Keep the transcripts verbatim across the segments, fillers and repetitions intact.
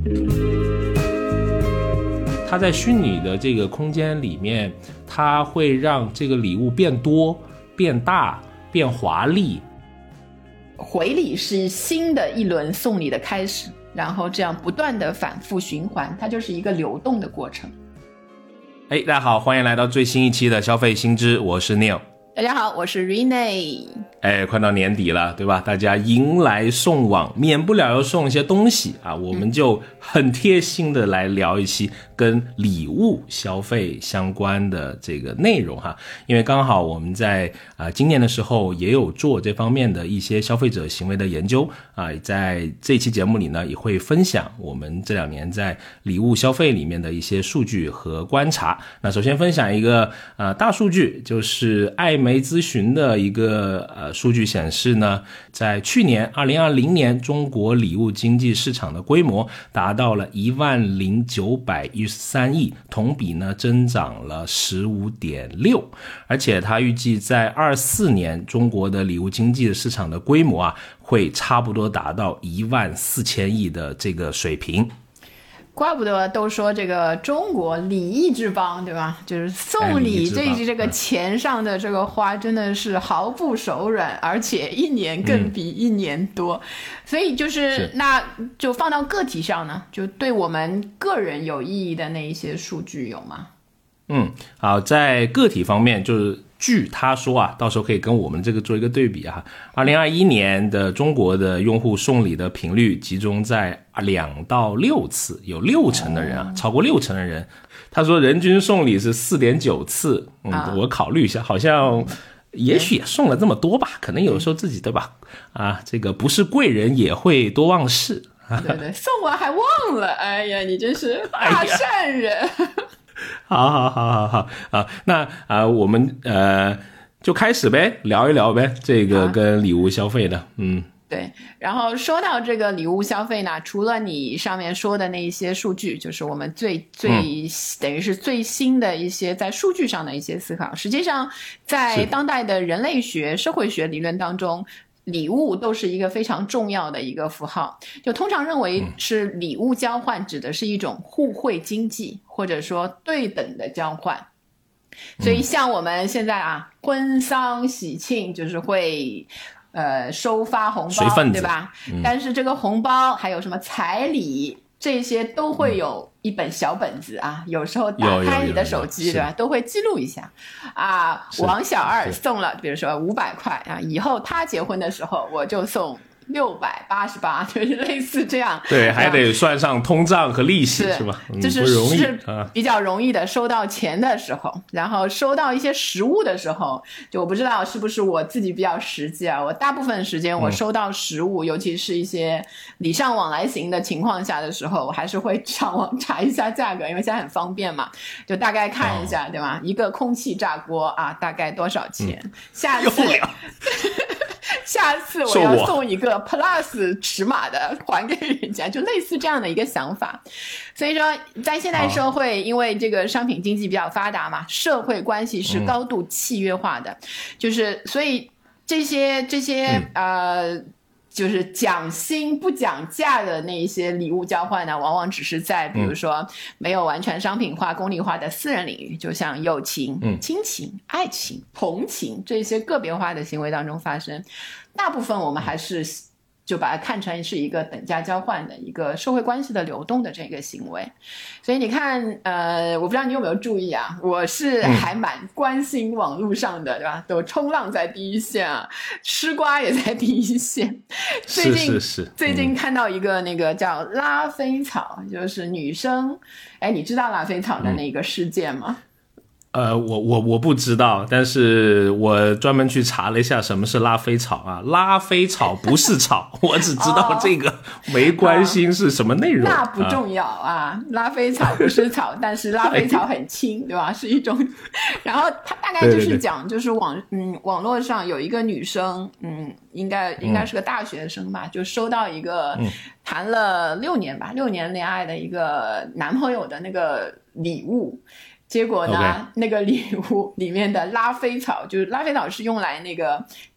它在虚拟的这个空间里面，它会让这个礼物变多、变大、变华丽。 回礼是新的一轮送礼的开始，然后这样不断的反复循环，它就是一个流动的过程。 哎，大家好，欢迎来到最新一期的消费新知，我是 Neil。 大家好，我是 Rene。 哎，快到年底了，对吧？大家迎来送往，免不了要送一些东西啊，我们就很贴心的来聊一期跟礼物消费相关的这个内容哈。因为刚好我们在啊、呃、今年的时候也有做这方面的一些消费者行为的研究啊，在这期节目里呢也会分享我们这两年在礼物消费里面的一些数据和观察。那首先分享一个呃大数据，就是艾媒咨询的一个呃数据显示呢，在去年二零二零年中国礼物经济市场的规模达到了一万零九百一十三亿，同比呢增长了 百分之十五点六， 而且它预计在二四年中国的礼物经济市场的规模啊会差不多达到一万四千亿的这个水平。 怪不得都说这个中国礼义之邦，对吧？就是送礼这这个钱上的这个花真的是毫不手软，而且一年更比一年多。嗯、所以就是那就放到个体上呢，就对我们个人有意义的那一些数据有吗？ 嗯，好，在个体方面，就是据他说啊，到时候可以跟我们这个做一个对比啊。二零二一年的中国的用户送礼的频率集中在两到六次，有六成的人啊，超过六成的人，他说人均送礼是 四点九次。嗯、啊，我考虑一下，好像也许也送了这么多吧，可能有时候自己对吧？啊，这个不是贵人也会多忘事。 对对，送完还忘了，哎呀，你真是大善人。哎好好好好好啊，那啊、呃，我们呃就开始呗，聊一聊呗，这个跟礼物消费的，嗯， 对。然后说到这个礼物消费呢，除了你上面说的那一些数据，就是我们最最、嗯、等于是最新的一些在数据上的一些思考。实际上，在当代的人类学、社会学理论当中，礼物都是一个非常重要的一个符号，就通常认为是礼物交换指的是一种互惠经济，或者说对等的交换。所以像我们现在啊，婚丧喜庆就是会呃收发红包，对吧、嗯、但是这个红包还有什么彩礼，这些都会有一本小本子啊，有时候打开你的手机，对吧，都会记录一下啊。王小二送了比如说五百块啊，以后他结婚的时候我就送六百八十八，就是类似这样。 对，还得算上通胀和利息，是吧？ 就是、 嗯、不容易， 是比较容易的。收到钱的时候，然后收到一些实物的时候，就我不知道是不是我自己比较实际啊。我大部分时间我收到实物、嗯，尤其是一些礼尚往来型的情况下的时候，我还是会上网查一下价格，因为现在很方便嘛，就大概看一下，哦、对吧？一个空气炸锅啊，大概多少钱？嗯、下次。下次我要送一个 plus 尺码的还给人家，就类似这样的一个想法。所以说在现代社会，因为这个商品经济比较发达嘛，社会关系是高度契约化的、嗯、就是所以这些这些、嗯、呃就是讲心不讲价的那一些礼物交换呢，往往只是在比如说没有完全商品化、功利化的私人领域，就像友情、嗯、亲情、爱情、同情这些个别化的行为当中发生。大部分我们还是就把它看成是一个等价交换的一个社会关系的流动的这个行为。所以你看呃，我不知道你有没有注意啊，我是还蛮关心网络上的、嗯、对吧，都冲浪在第一线啊，吃瓜也在第一线。最近是是是最近看到一个那个叫拉菲草、嗯、就是女生，哎，你知道拉菲草的那个事件吗？ 呃，我我我不知道，但是我专门去查了一下什么是拉菲草啊。拉菲草不是草，我只知道这个，没关心是什么内容。 那不重要啊，拉菲草不是草，但是拉菲草很轻，对吧？是一种。然后它大概就是讲，就是网嗯网络上有一个女生，嗯，应该应该是个大学生吧，嗯、就收到一个谈了六年吧，六年恋爱的一个男朋友的那个礼物。结果呢、okay. 那个礼物里面的拉菲草，就是拉菲草是用来那个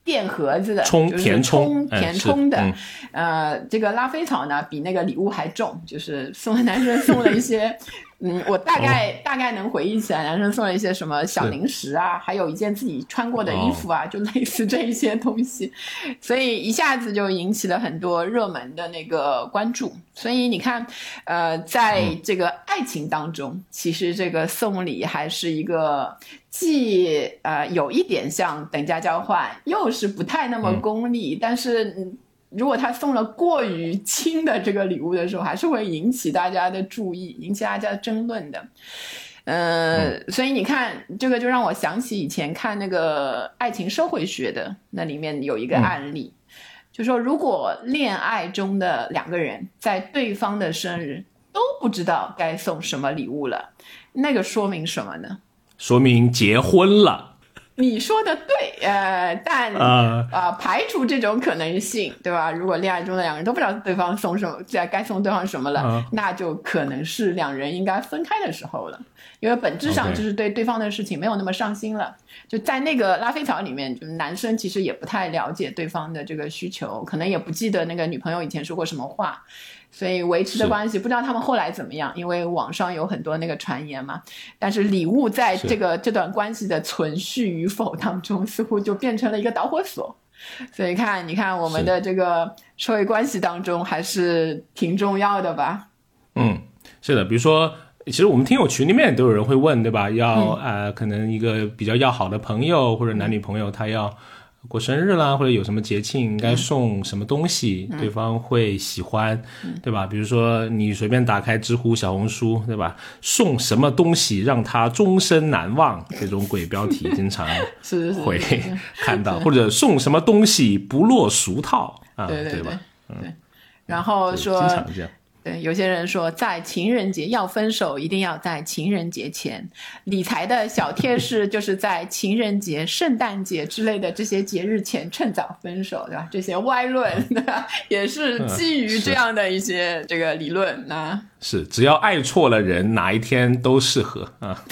电盒子的， 冲就是填充填充的、 嗯、 呃，这个拉菲草呢比那个礼物还重，就是送的男生送了一些嗯，我大概、哦、大概能回忆起来，男生送了一些什么小零食啊，还有一件自己穿过的衣服啊、哦、就类似这一些东西，所以一下子就引起了很多热门的那个关注。所以你看呃，在这个爱情当中、嗯、其实这个送礼还是一个既呃有一点像等价交换，又是不太那么功利、嗯、但是嗯如果他送了过于轻的这个礼物的时候，还是会引起大家的注意，引起大家的争论的。呃、嗯，所以你看这个就让我想起以前看那个爱情社会学的，那里面有一个案例、嗯、就说如果恋爱中的两个人在对方的生日都不知道该送什么礼物了，那个说明什么呢？ 说明结婚了。 你说的对，呃，但啊、uh, 呃，排除这种可能性，对吧？如果恋爱中的两个人都不知道对方送什么，该送对方什么了， uh, 那就可能是两人应该分开的时候了，因为本质上就是对对方的事情没有那么上心了。Okay. 就在那个拉菲草里面，就是男生其实也不太了解对方的这个需求，可能也不记得那个女朋友以前说过什么话。所以维持的关系不知道他们后来怎么样，因为网上有很多那个传言嘛。但是礼物在这个这段关系的存续与否当中，似乎就变成了一个导火索。所以看，你看我们的这个社会关系当中还是挺重要的吧？ 嗯，是的。比如说，其实我们听友群里面都有人会问，对吧？要、嗯、呃，可能一个比较要好的朋友或者男女朋友，他要过生日啦，或者有什么节庆应该送什么东西、嗯、对方会喜欢、嗯、对吧？比如说你随便打开知乎小红书，对吧？送什么东西让他终身难忘，这种鬼标题经常会看到，或者送什么东西不落俗套啊， 对对对， 对吧？ 嗯，对。然后说经常这样。 对，有些人说在情人节要分手一定要在情人节前，理财的小贴士就是在情人节、圣诞节之类的这些节日前趁早分手，对吧？这些歪论对吧，也是基于这样的一些这个理论啊。 是，只要爱错了人，哪一天都适合啊。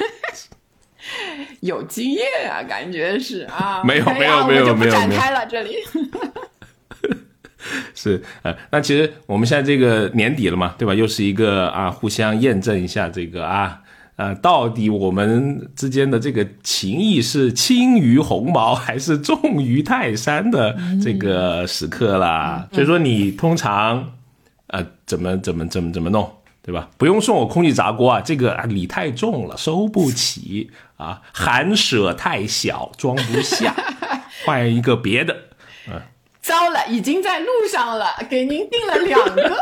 有经验啊，感觉是啊。 没有没有没有没有，我就不展开了这里。 是呃，那其实我们现在这个年底了嘛，对吧？又是一个啊，互相验证一下这个啊，呃，到底我们之间的这个情谊是轻于鸿毛还是重于泰山的这个时刻啦。嗯、所以说，你通常呃怎么怎么怎么怎么弄，对吧？不用送我空气炸锅啊，这个啊礼太重了，收不起啊，寒舍太小，装不下，换一个别的，嗯。 糟了，已经在路上了，给您订了两个。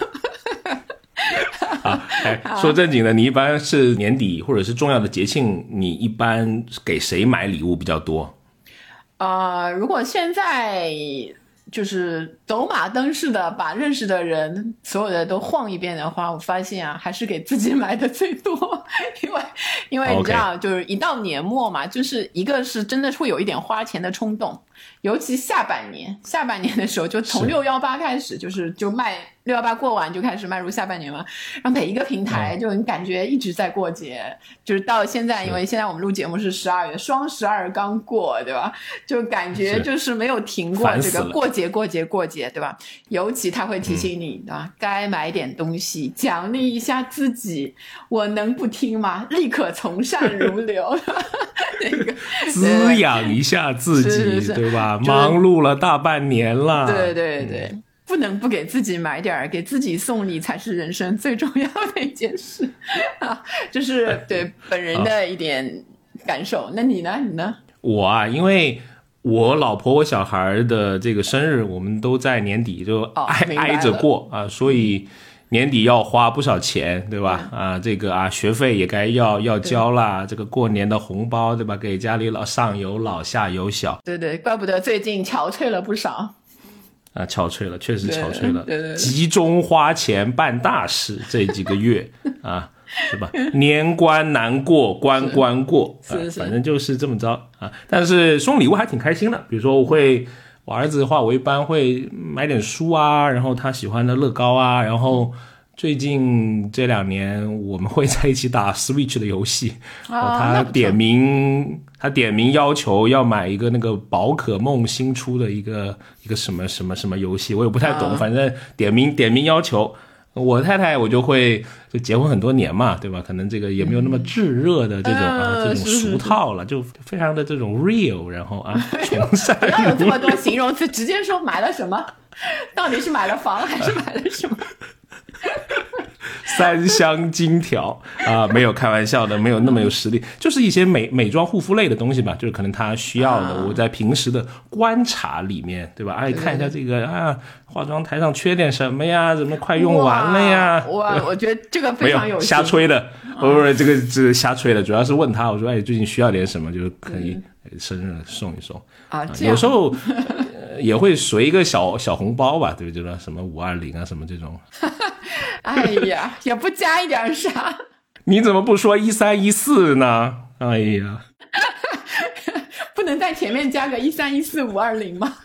啊，哎，说正经的，你一般是年底或者是重要的节庆，你一般给谁买礼物比较多？ 呃，如果现在就是走马灯似的把认识的人所有的都晃一遍的话，我发现啊，还是给自己买的最多。因为因为你知道， okay. 就是一到年末嘛，就是一个是真的会有一点花钱的冲动，尤其下半年下半年的时候，就从六一八开始，就是就卖六一八过完就开始迈入下半年嘛，然后每一个平台就你感觉一直在过节、嗯、就是到现在，因为现在我们录节目是十二月，双十二刚过，对吧？就感觉就是没有停过这个过节过节过节，对吧？尤其他会提醒你、嗯、对吧？该买点东西奖励一下自己，我能不听吗？立刻从善如流。那个滋养一下自己， 是是是， 对吧？忙碌了大半年了， 对对对、嗯，不能不给自己买点，给自己送礼才是人生最重要的一件事啊！这是对本人的一点感受。那你呢？你呢？ 我啊，因为我老婆我小孩的这个生日，我们都在年底就挨、哦、挨着过啊，所以年底要花不少钱，对吧？嗯、啊，这个啊学费也该要要交啦，这个过年的红包，对吧？给家里老上有老下有小， 对对，怪不得最近憔悴了不少。 啊，憔悴了，确实憔悴了， 对对对对， 集中花钱办大事这几个月啊，是吧？年关难过关关过，是是是、啊，反正就是这么着啊。但是送礼物还挺开心的，比如说我会。我儿子的话，我一般会买点书啊，然后他喜欢的乐高啊，然后最近这两年我们会在一起打 Switch 的游戏， 哦、 他点名他点名要求要买一个那个宝可梦新出的一个一个什么什么什么游戏，我也不太懂，哦、反正点名点名要求。我太太我就会就结婚很多年嘛，对吧？可能这个也没有那么炙热的这种、嗯、啊这种俗套了，就非常的这种 real， 然后啊崇尚。 不要有这么多形容词，直接说买了什么，到底是买了房还是买了什么？ 三箱金条啊、呃，没有开玩笑的，没有那么有实力，就是一些美美妆护肤类的东西吧，就是可能他需要的。啊、我在平时的观察里面，对吧？哎，看一下这个啊，化妆台上缺点什么呀？怎么快用完了呀？ 哇，我觉得这个非常有心，瞎吹的，不不不，这个是瞎吹的，主要是问他，我说哎，最近需要点什么，就可以生日送一送啊。 有时候。也会随一个小小红包吧，对不对？什么五二零啊，什么这种。 哎呀，也不加一点啥。 你怎么不说一三一四呢？哎呀， 不能在前面加个一三一四五二零吗？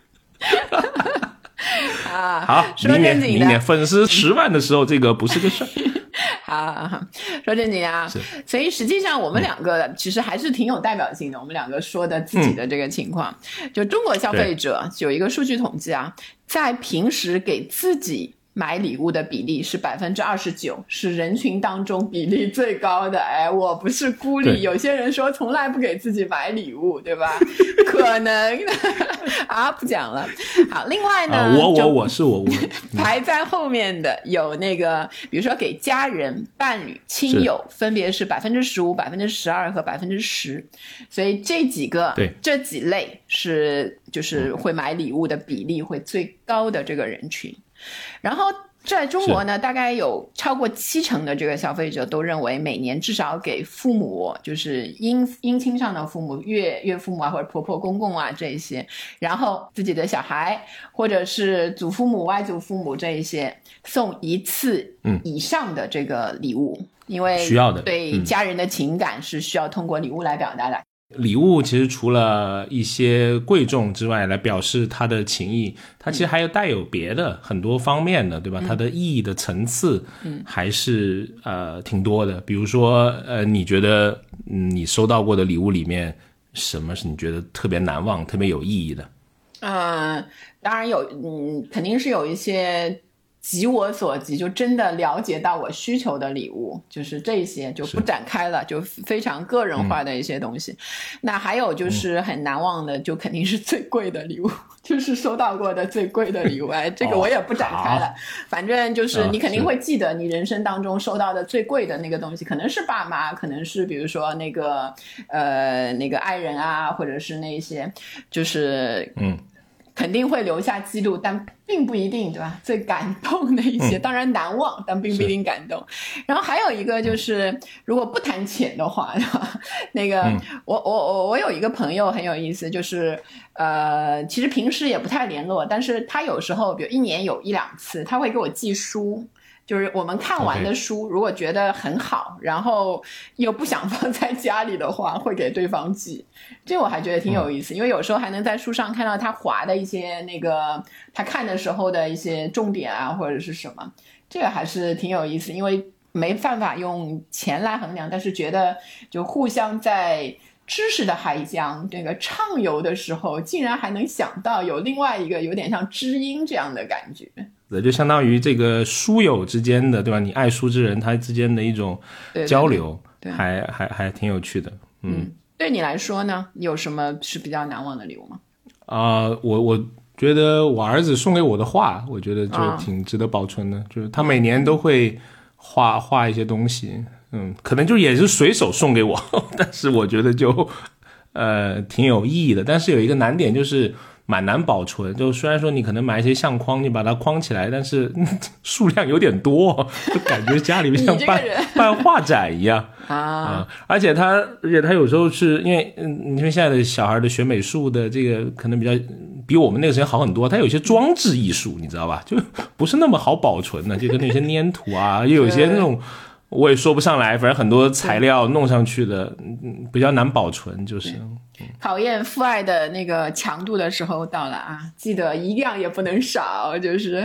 啊， 好，明年明年粉丝十万的时候，这个不是个事儿。 好好好，说正经啊，所以实际上我们两个其实还是挺有代表性的。嗯、我们两个说的自己的这个情况，嗯、就中国消费者有一个数据统计啊，在平时给自己买礼物的比例是百分之二十九，是人群当中比例最高的。哎，我不是孤立，有些人说从来不给自己买礼物，对吧？可能啊，不讲了。好，另外呢， 啊、我我我是我我排在后面的有那个，比如说给家人、伴侣、亲友，分别是百分之十五、百分之十二和百分之十。所以这几个， 对这几类是就是会买礼物的比例会最高的这个人群。然后在中国呢，大概有超过七成的这个消费者都认为每年至少给父母，就是姻姻亲上的父母，岳岳父母啊或者婆婆公公啊这一些，然后自己的小孩或者是祖父母外祖父母这一些送一次以上的这个礼物，嗯、因为需要的对家人的情感是需要通过礼物来表达的。 礼物其实除了一些贵重之外来表示它的情谊，它其实还有带有别的很多方面的，对吧？它的意义的层次还是、嗯、呃挺多的。比如说呃，你觉得、嗯、你收到过的礼物里面什么是你觉得特别难忘特别有意义的？ 嗯，当然有，嗯，肯定是有一些及我所及，就真的了解到我需求的礼物，就是这些就不展开了，就非常个人化的一些东西、嗯、那还有就是很难忘的、嗯、就肯定是最贵的礼物，就是收到过的最贵的礼物。哎，这个我也不展开了、哦、反正就是你肯定会记得你人生当中收到的最贵的那个东西，可能是爸妈，可能是比如说那个呃那个爱人啊，或者是那些就是嗯肯定会留下记录，但并不一定，对吧？最感动的一些、嗯、当然难忘，但并不一定感动。然后还有一个就是如果不谈钱的话，对吧？那个、嗯、我我我我有一个朋友很有意思，就是呃其实平时也不太联络，但是他有时候比如一年有一两次他会给我寄书，就是我们看完的书、okay. 如果觉得很好，然后又不想放在家里的话会给对方寄，这我还觉得挺有意思、嗯、因为有时候还能在书上看到他划的一些那个他看的时候的一些重点啊或者是什么，这个还是挺有意思，因为没办法用钱来衡量，但是觉得就互相在知识的海洋这个畅游的时候竟然还能想到有另外一个有点像知音这样的感觉， 就相当于这个书友之间的，对吧？你爱书之人他之间的一种交流，对对对对还还还挺有趣的。 嗯, 嗯对你来说呢，有什么是比较难忘的礼物吗？ 啊、呃，我我觉得我儿子送给我的画，我觉得就挺值得保存的、哦、就是他每年都会画画一些东西，嗯，可能就也是随手送给我，但是我觉得就呃挺有意义的。但是有一个难点就是蛮难保存，就虽然说你可能买一些相框你把它框起来，但是、嗯、数量有点多，就感觉家里面像办办画展一样啊、嗯！而且他而且他有时候是因为嗯，你说现在的小孩的学美术的这个可能比较比我们那个时间好很多，他有些装置艺术你知道吧，就不是那么好保存的，就跟那些粘土啊又有些那种我也说不上来，反正很多材料弄上去的比较难保存，就是考验父爱的那个强度的时候到了啊！记得一样也不能少，就是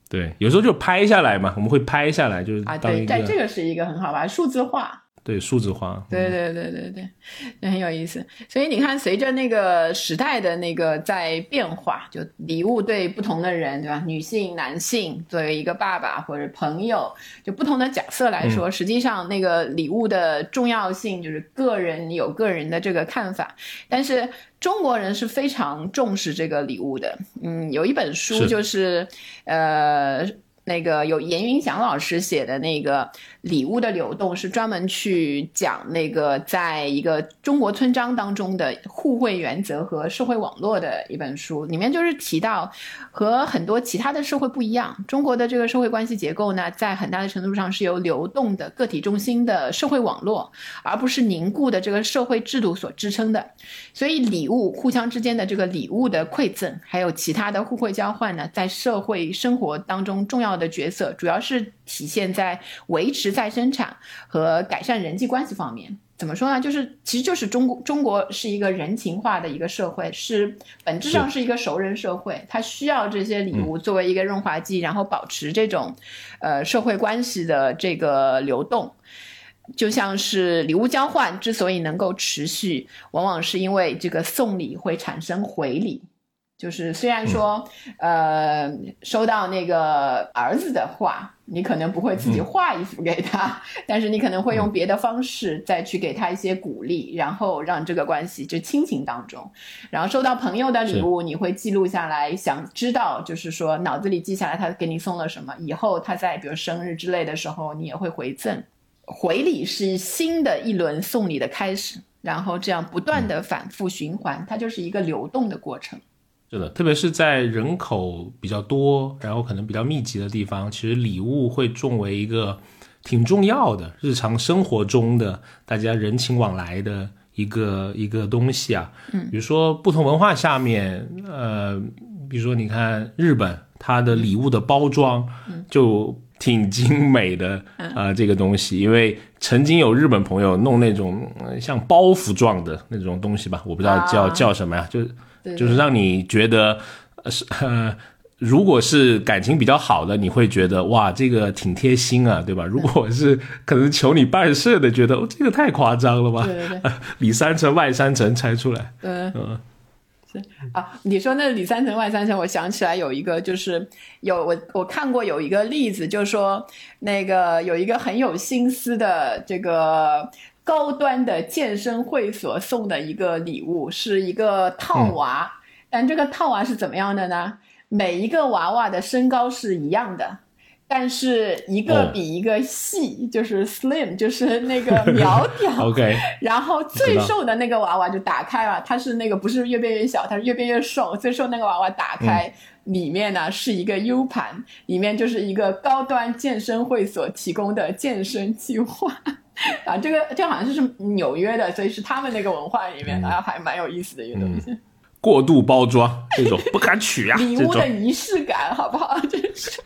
对，有时候就拍下来嘛，我们会拍下来，就是啊，对，这这个是一个很好吧，数字化。 对，数字化， 对对对对对，那很有意思。所以你看，随着那个时代的那个在变化，就礼物对不同的人，对吧？女性、男性，作为一个爸爸或者朋友，就不同的角色来说，嗯、实际上那个礼物的重要性，就是个人有个人的这个看法，但是中国人是非常重视这个礼物的。嗯，有一本书就是，是呃。那个有严云祥老师写的那个礼物的流动，是专门去讲那个在一个中国村章当中的互惠原则和社会网络的一本书，里面就是提到和很多其他的社会不一样，中国的这个社会关系结构呢，在很大的程度上是由流动的个体中心的社会网络，而不是凝固的这个社会制度所支撑的。所以礼物互相之间的这个礼物的馈赠，还有其他的互惠交换呢，在社会生活当中重要的角色主要是体现在维持再生产和改善人际关系方面。怎么说呢，就是其实就是中国中国是一个人情化的一个社会，是本质上是一个熟人社会，它需要这些礼物作为一个润滑剂，然后保持这种呃社会关系的这个流动。就像是礼物交换之所以能够持续，往往是因为这个送礼会产生回礼。就是虽然说、嗯、呃，收到那个儿子的画，你可能不会自己画一幅给他、嗯、但是你可能会用别的方式再去给他一些鼓励、嗯、然后让这个关系就亲情当中。然后收到朋友的礼物，你会记录下来，想知道就是说脑子里记下来他给你送了什么，以后他在比如生日之类的时候你也会回赠。回礼是新的一轮送礼的开始，然后这样不断的反复循环、嗯、它就是一个流动的过程。 是的，特别是在人口比较多然后可能比较密集的地方，其实礼物会作为一个挺重要的日常生活中的大家人情往来的一个一个东西啊。嗯，比如说不同文化下面呃，比如说你看日本它的礼物的包装就挺精美的呃，这个东西，因为曾经有日本朋友弄那种、呃、像包袱状的那种东西吧，我不知道叫、啊、叫什么呀，就就是让你觉得呃，如果是感情比较好的，你会觉得哇这个挺贴心啊，对吧？如果是可能求你办事的，觉得、哦、这个太夸张了吧，对对对、呃、里三层外三层拆出来。 对，嗯。是啊，你说那里三层外三层，我想起来有一个就是有我我看过有一个例子，就是说那个有一个很有心思的这个高端的健身会所送的一个礼物是一个套娃、嗯、但这个套娃是怎么样的呢？每一个娃娃的身高是一样的，但是一个比一个细、哦、就是 slim 就是那个苗条 OK 然后最瘦的那个娃娃就打开了，它是那个不是越变越小，它是越变越瘦，最瘦那个娃娃打开、嗯、里面呢是一个 U 盘，里面就是一个高端健身会所提供的健身计划啊，这个这好像是纽约的，所以是他们那个文化里面、嗯、啊，还蛮有意思的一个东西、嗯、 过度包装这种不可取啊礼物的仪式感好不好，真是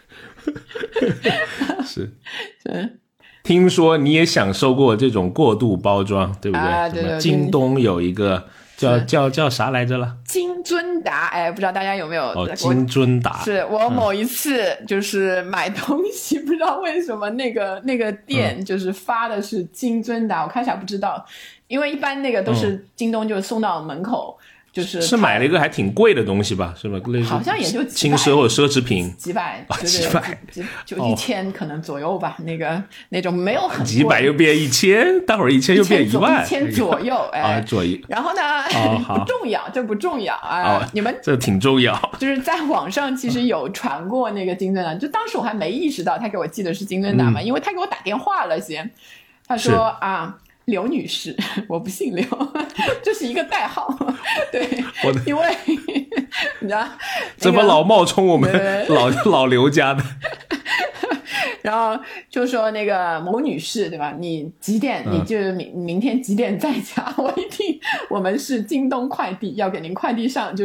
是是，听说你也享受过这种过度包装，对不对？ 啊，对对对。 京东有一个叫叫叫啥来着了？ 金尊达，哎，不知道大家有没有？ 哦，金尊达。 是我某一次就是买东西，嗯、不知道为什么那个那个店就是发的是金尊达，嗯、我开始还不知道，因为一般那个都是京东就送到门口。嗯就是是买了一个还挺贵的东西吧，是吧？ 好像也就轻奢或者奢侈品， 几百， 哦、几百， 就一千可能左右吧。哦、那个那种没有很贵， 几百又变一千，待会儿一千又变一万， 一千左右，哎， 啊，左右。 然后呢， 哦、 不重要，这不重要啊、哦！你们这挺重要。 就是在网上其实有传过那个金尊达，就当时我还没意识到他给我寄的是金尊达嘛、嗯，因为他给我打电话了先，他说啊。刘女士，我不姓刘，这是一个代号。对，因为你知道， 怎么老冒充我们老老刘家的？ 然后就说那个某女士，对吧？你几点？嗯、你就明明天几点在家？我一听，我们是京东快递，要给您快递上，就是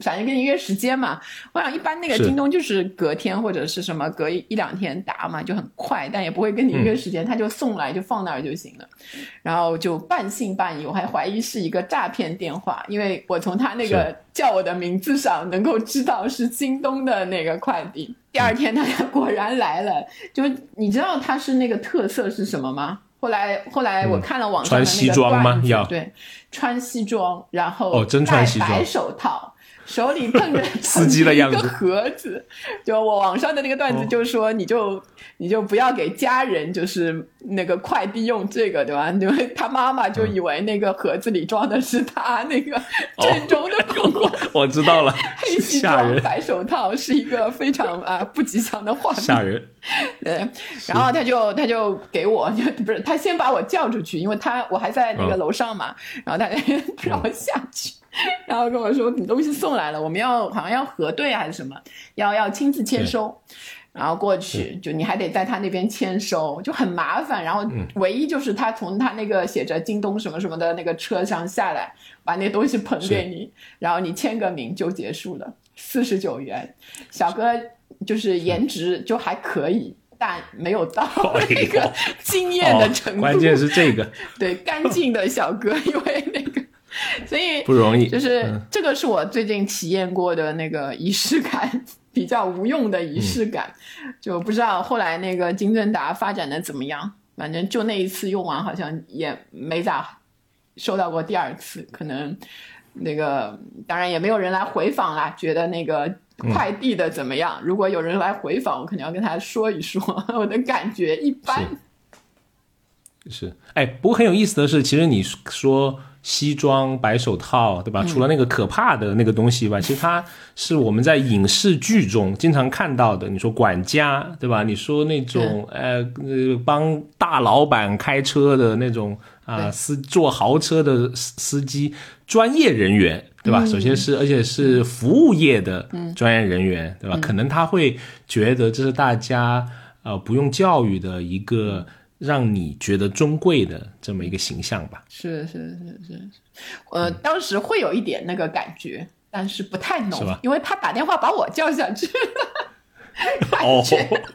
反正跟你约时间嘛。我想一般那个京东就是隔天或者是什么隔一一两天达嘛，就很快，但也不会跟你约时间，他就送来就放那儿就行了。然后就半信半疑，我还怀疑是一个诈骗电话，因为我从他那个叫我的名字上能够知道是京东的那个快递。第二天他果然来了，就你知道他是那个特色是什么吗？后来后来我看了网上的那个段子、 嗯、穿西装吗？要对，穿西装，然后哦，真穿西装， 戴白手套，手里碰着司机的样子一个盒子。就我网上的那个段子就说，你就、哦、你就不要给家人就是那个快递用这个，对吧？因为他妈妈就以为那个盒子里装的是他那个正宗的捧花、哦、 我知道了， 黑西装白手套是一个非常啊不吉祥的画面， 吓人。 对，然后他就他就给我，就不是他先把我叫出去，因为他我还在那个楼上嘛，嗯、然后他让我下去，然后跟我说你东西送来了，我们要好像要核对还是什么，要要亲自签收。然后过去就你还得在他那边签收，就很麻烦。然后唯一就是他从他那个写着京东什么什么的那个车上下来，把那东西捧给你，然后你签个名就结束了，四十九元。小哥就是颜值就还可以，但没有到那个惊艳的程度。 哦、关键是这个， 对，干净的小哥，因为那个。所以不容易， 就是、嗯、这个是我最近体验过的那个仪式感，比较无用的仪式感、嗯、就不知道后来那个金正达发展的怎么样，反正就那一次用完好像也没咋收到过第二次，可能那个当然也没有人来回访啦，觉得那个快递的怎么样、嗯、如果有人来回访我可能要跟他说一说，我的感觉一般。 是，是哎，不过很有意思的是，其实你说西装白手套对吧、嗯、除了那个可怕的那个东西吧、嗯、其实它是我们在影视剧中经常看到的，你说管家对吧，你说那种、嗯、呃帮大老板开车的那种啊、呃、司坐豪车的司机，专业人员对吧、嗯、首先是而且是服务业的专业人员、嗯、对吧、嗯、可能他会觉得这是大家呃不用教育的一个让你觉得尊贵的这么一个形象吧。 是是是是，呃、嗯，当时会有一点那个感觉，但是不太浓，因为他打电话把我叫下去了。哦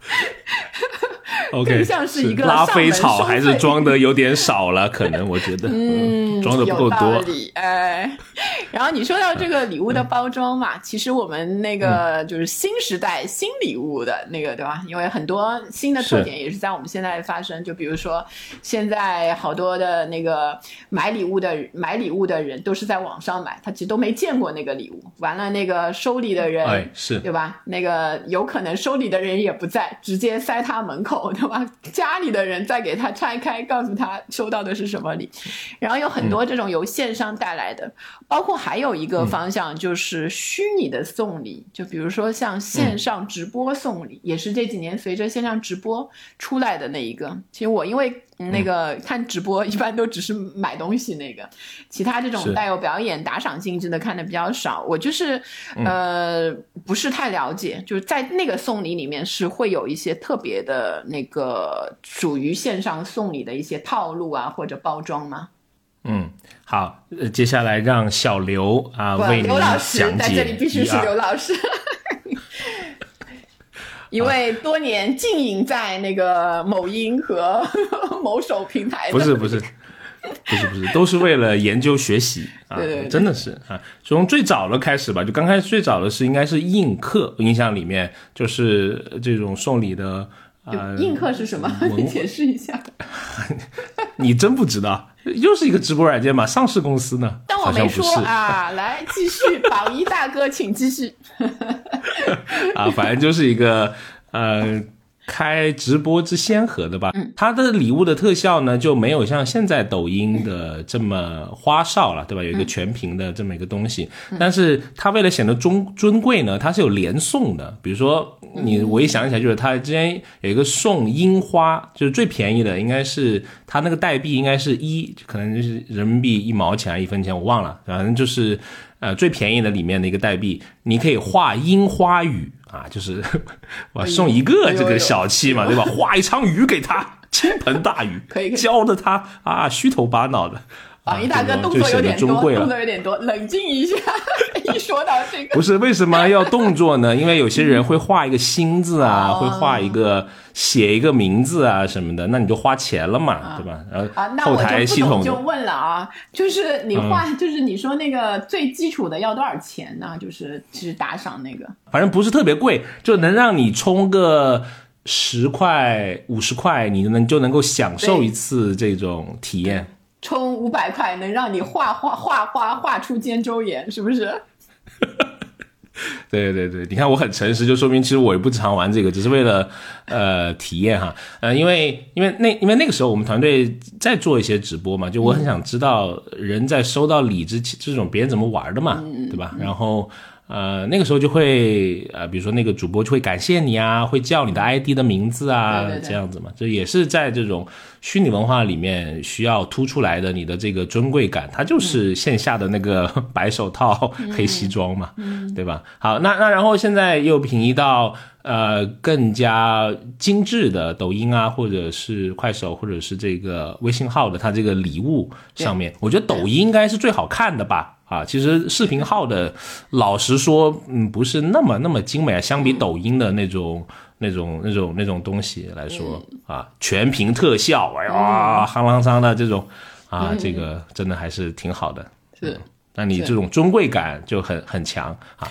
，OK， 更像是一个拉菲草，还是装的有点少了，可能我觉得， 嗯， 装的不够多。 哎，然后你说到这个礼物的包装嘛，嗯、其实我们那个就是新时代新礼物的那个，对吧？因为很多新的特点也是在我们现在发生，就比如说现在好多的那个买礼物的买礼物的人都是在网上买，他其实都没见过那个礼物，完了那个收礼的人， 哎，是对吧？那个有可能收礼的人也不在，直接塞他门口。对吧？家里的人再给他拆开，告诉他收到的是什么礼，然后有很多这种由线上带来的、嗯、包括还有一个方向就是虚拟的送礼、嗯、就比如说像线上直播送礼、嗯、也是这几年随着线上直播出来的那一个。其实我因为那个看直播一般都只是买东西，那个其他这种带有表演打赏性质的看的比较少。我就是呃不是太了解，就是在那个送礼里面是会有一些特别的那个属于线上送礼的一些套路啊或者包装吗？ 嗯，好，接下来让小刘啊为你刘老师讲解。 在这里必须是刘老师。一位多年经营在那个某音和某手平台的， 不是不是不是不是，都是为了研究学习啊， 对对对， 真的是啊。从最早的开始吧，就刚开始最早的是应该是映客，印象里面就是这种送礼的。 呃，映客是什么？你解释一下。 你真不知道？又是一个直播软件嘛，上市公司呢？ 但我没说啊，来继续，宝一大哥，请继续。 啊，反正就是一个呃开直播之先河的吧。嗯，它的礼物的特效呢就没有像现在抖音的这么花哨了，对吧？有一个全屏的这么一个东西，嗯、但是它为了显得尊尊贵呢，它是有连送的。比如说你，我一想起来就是它之前有一个送樱花，就是最便宜的，应该是它那个代币应该是一，可能就是人民币一毛钱一分钱，我忘了，反正就是呃最便宜的里面的一个代币，你可以画樱花雨。啊，就是我送一个这个小气嘛，对吧？画一场雨给他，倾盆大雨， 可以， 浇的他啊虚头巴脑的榜一大哥动作有点多，动作有点多，冷静一下。一说到这个， 不是为什么要动作呢？因为有些人会画一个心字啊，嗯、会画一个写一个名字啊什么的，那你就花钱了嘛，啊、对吧？然后后台系统就问了啊，就是你画，嗯、就是你说那个最基础的要多少钱呢？就是其实打赏那个， 反正不是特别贵，就能让你充个十块、五十块，你能就能够享受一次这种体验。 充五百块能让你画画画画画出肩周炎，是不是？ 对对对，你看我很诚实，就说明其实我也不常玩这个，只是为了呃体验哈。呃，因为因为那因为那个时候我们团队在做一些直播嘛，就我很想知道人在收到礼之前这种别人怎么玩的嘛， 嗯、 对吧？然后呃那个时候就会呃比如说那个主播就会感谢你啊，会叫你的 I D 的名字啊， 对对对， 这样子嘛，这也是在这种虚拟文化里面需要突出来的你的这个尊贵感，它就是线下的那个白手套、嗯、黑西装嘛、嗯、对吧？好，那那然后现在又平移到呃更加精致的抖音啊，或者是快手，或者是这个微信号的它这个礼物上面，我觉得抖音应该是最好看的吧。啊，其实视频号的老实说嗯不是那么那么精美啊，相比抖音的那种、嗯、那种那种那种东西来说、嗯、啊，全屏特效，哎呀夯啷桑的这种啊、嗯、这个真的还是挺好的。 是、 嗯、那你这种尊贵感就很很强啊。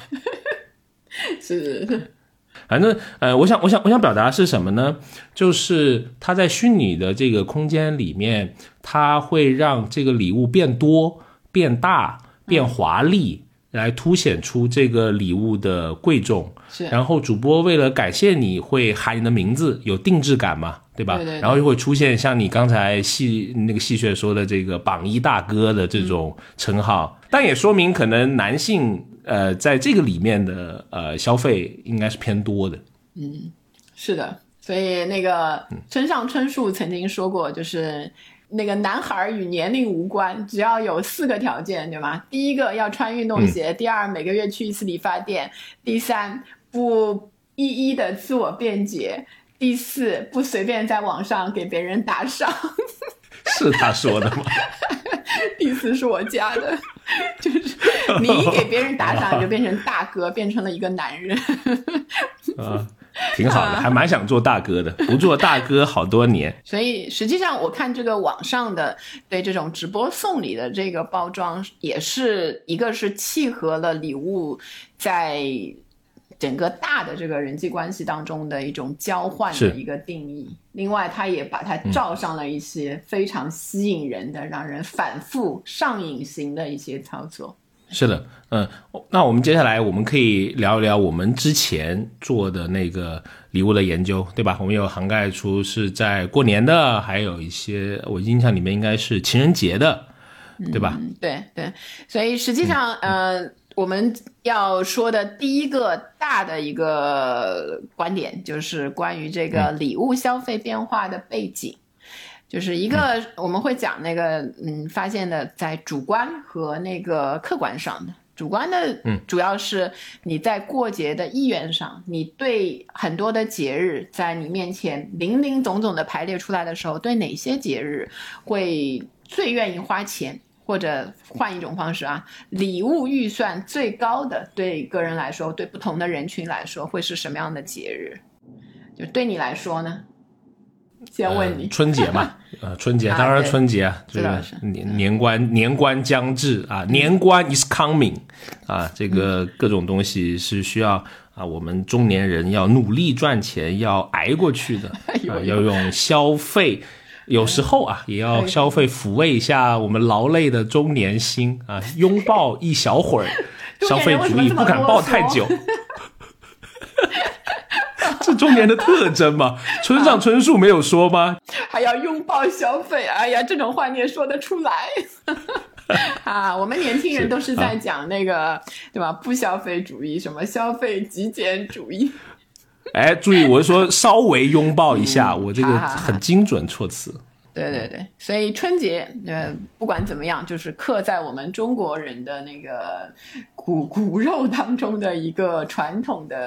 是反正呃我想我想我想表达是什么呢，就是它在虚拟的这个空间里面，它会让这个礼物变多变大变华丽，来凸显出这个礼物的贵重。 是， 然后主播为了感谢你会喊你的名字，有定制感嘛，对吧？ 对对对， 然后又会出现像你刚才戏那个戏谑说的这个榜一大哥的这种称号、嗯、但也说明可能男性呃在这个里面的呃消费应该是偏多的。 嗯，是的，所以那个村上春树曾经说过，就是那个男孩与年龄无关，只要有四个条件，对吗？第一个要穿运动鞋、嗯、第二每个月去一次理发店，第三不一一的自我辩解，第四不随便在网上给别人打赏。 是他说的吗？ 第四是我加的，就是你一给别人打赏你就变成大哥，变成了一个男人。 啊，挺好的，还蛮想做大哥的，不做大哥好多年。 所以实际上我看这个网上的对这种直播送礼的这个包装，也是一个是契合了礼物在整个大的这个人际关系当中的一种交换的一个定义，另外他也把它罩上了一些非常吸引人的、嗯、让人反复上瘾型的一些操作。 是的，嗯，那我们接下来我们可以聊一聊我们之前做的那个礼物的研究，对吧？我们有涵盖出是在过年的，还有一些我印象里面应该是情人节的，对吧？ 嗯、对对，所以实际上、嗯、呃我们要说的第一个大的一个观点，就是关于这个礼物消费变化的背景。就是一个我们会讲那个嗯，发现的在主观和那个客观上的。主观的主要是你在过节的意愿上，你对很多的节日在你面前零零总总的排列出来的时候，对哪些节日会最愿意花钱，或者换一种方式啊，礼物预算最高的，对个人来说，对不同的人群来说会是什么样的节日？就对你来说呢，先问你、 呃、春节嘛，呃，春节当然春节啊，这个年年关年关将至啊，年关 is coming 啊，这个各种东西是需要啊，我们中年人要努力赚钱，要挨过去的，啊、要用消费。有时候啊，也要消费抚慰一下我们劳累的中年心啊，拥抱一小会儿，消费主义不敢抱太久。这中年的特征嘛，村上春树没有说吗？ 还要拥抱消费，哎呀，这种话你也说得出来。啊，我们年轻人都是在讲那个、啊、对吧？不消费主义，什么消费极简主义。 哎，注意，我是说稍微拥抱一下，嗯、我这个很精准措辞。 对对对，所以春节呃，不管怎么样，就是刻在我们中国人的那个骨骨肉当中的一个传统的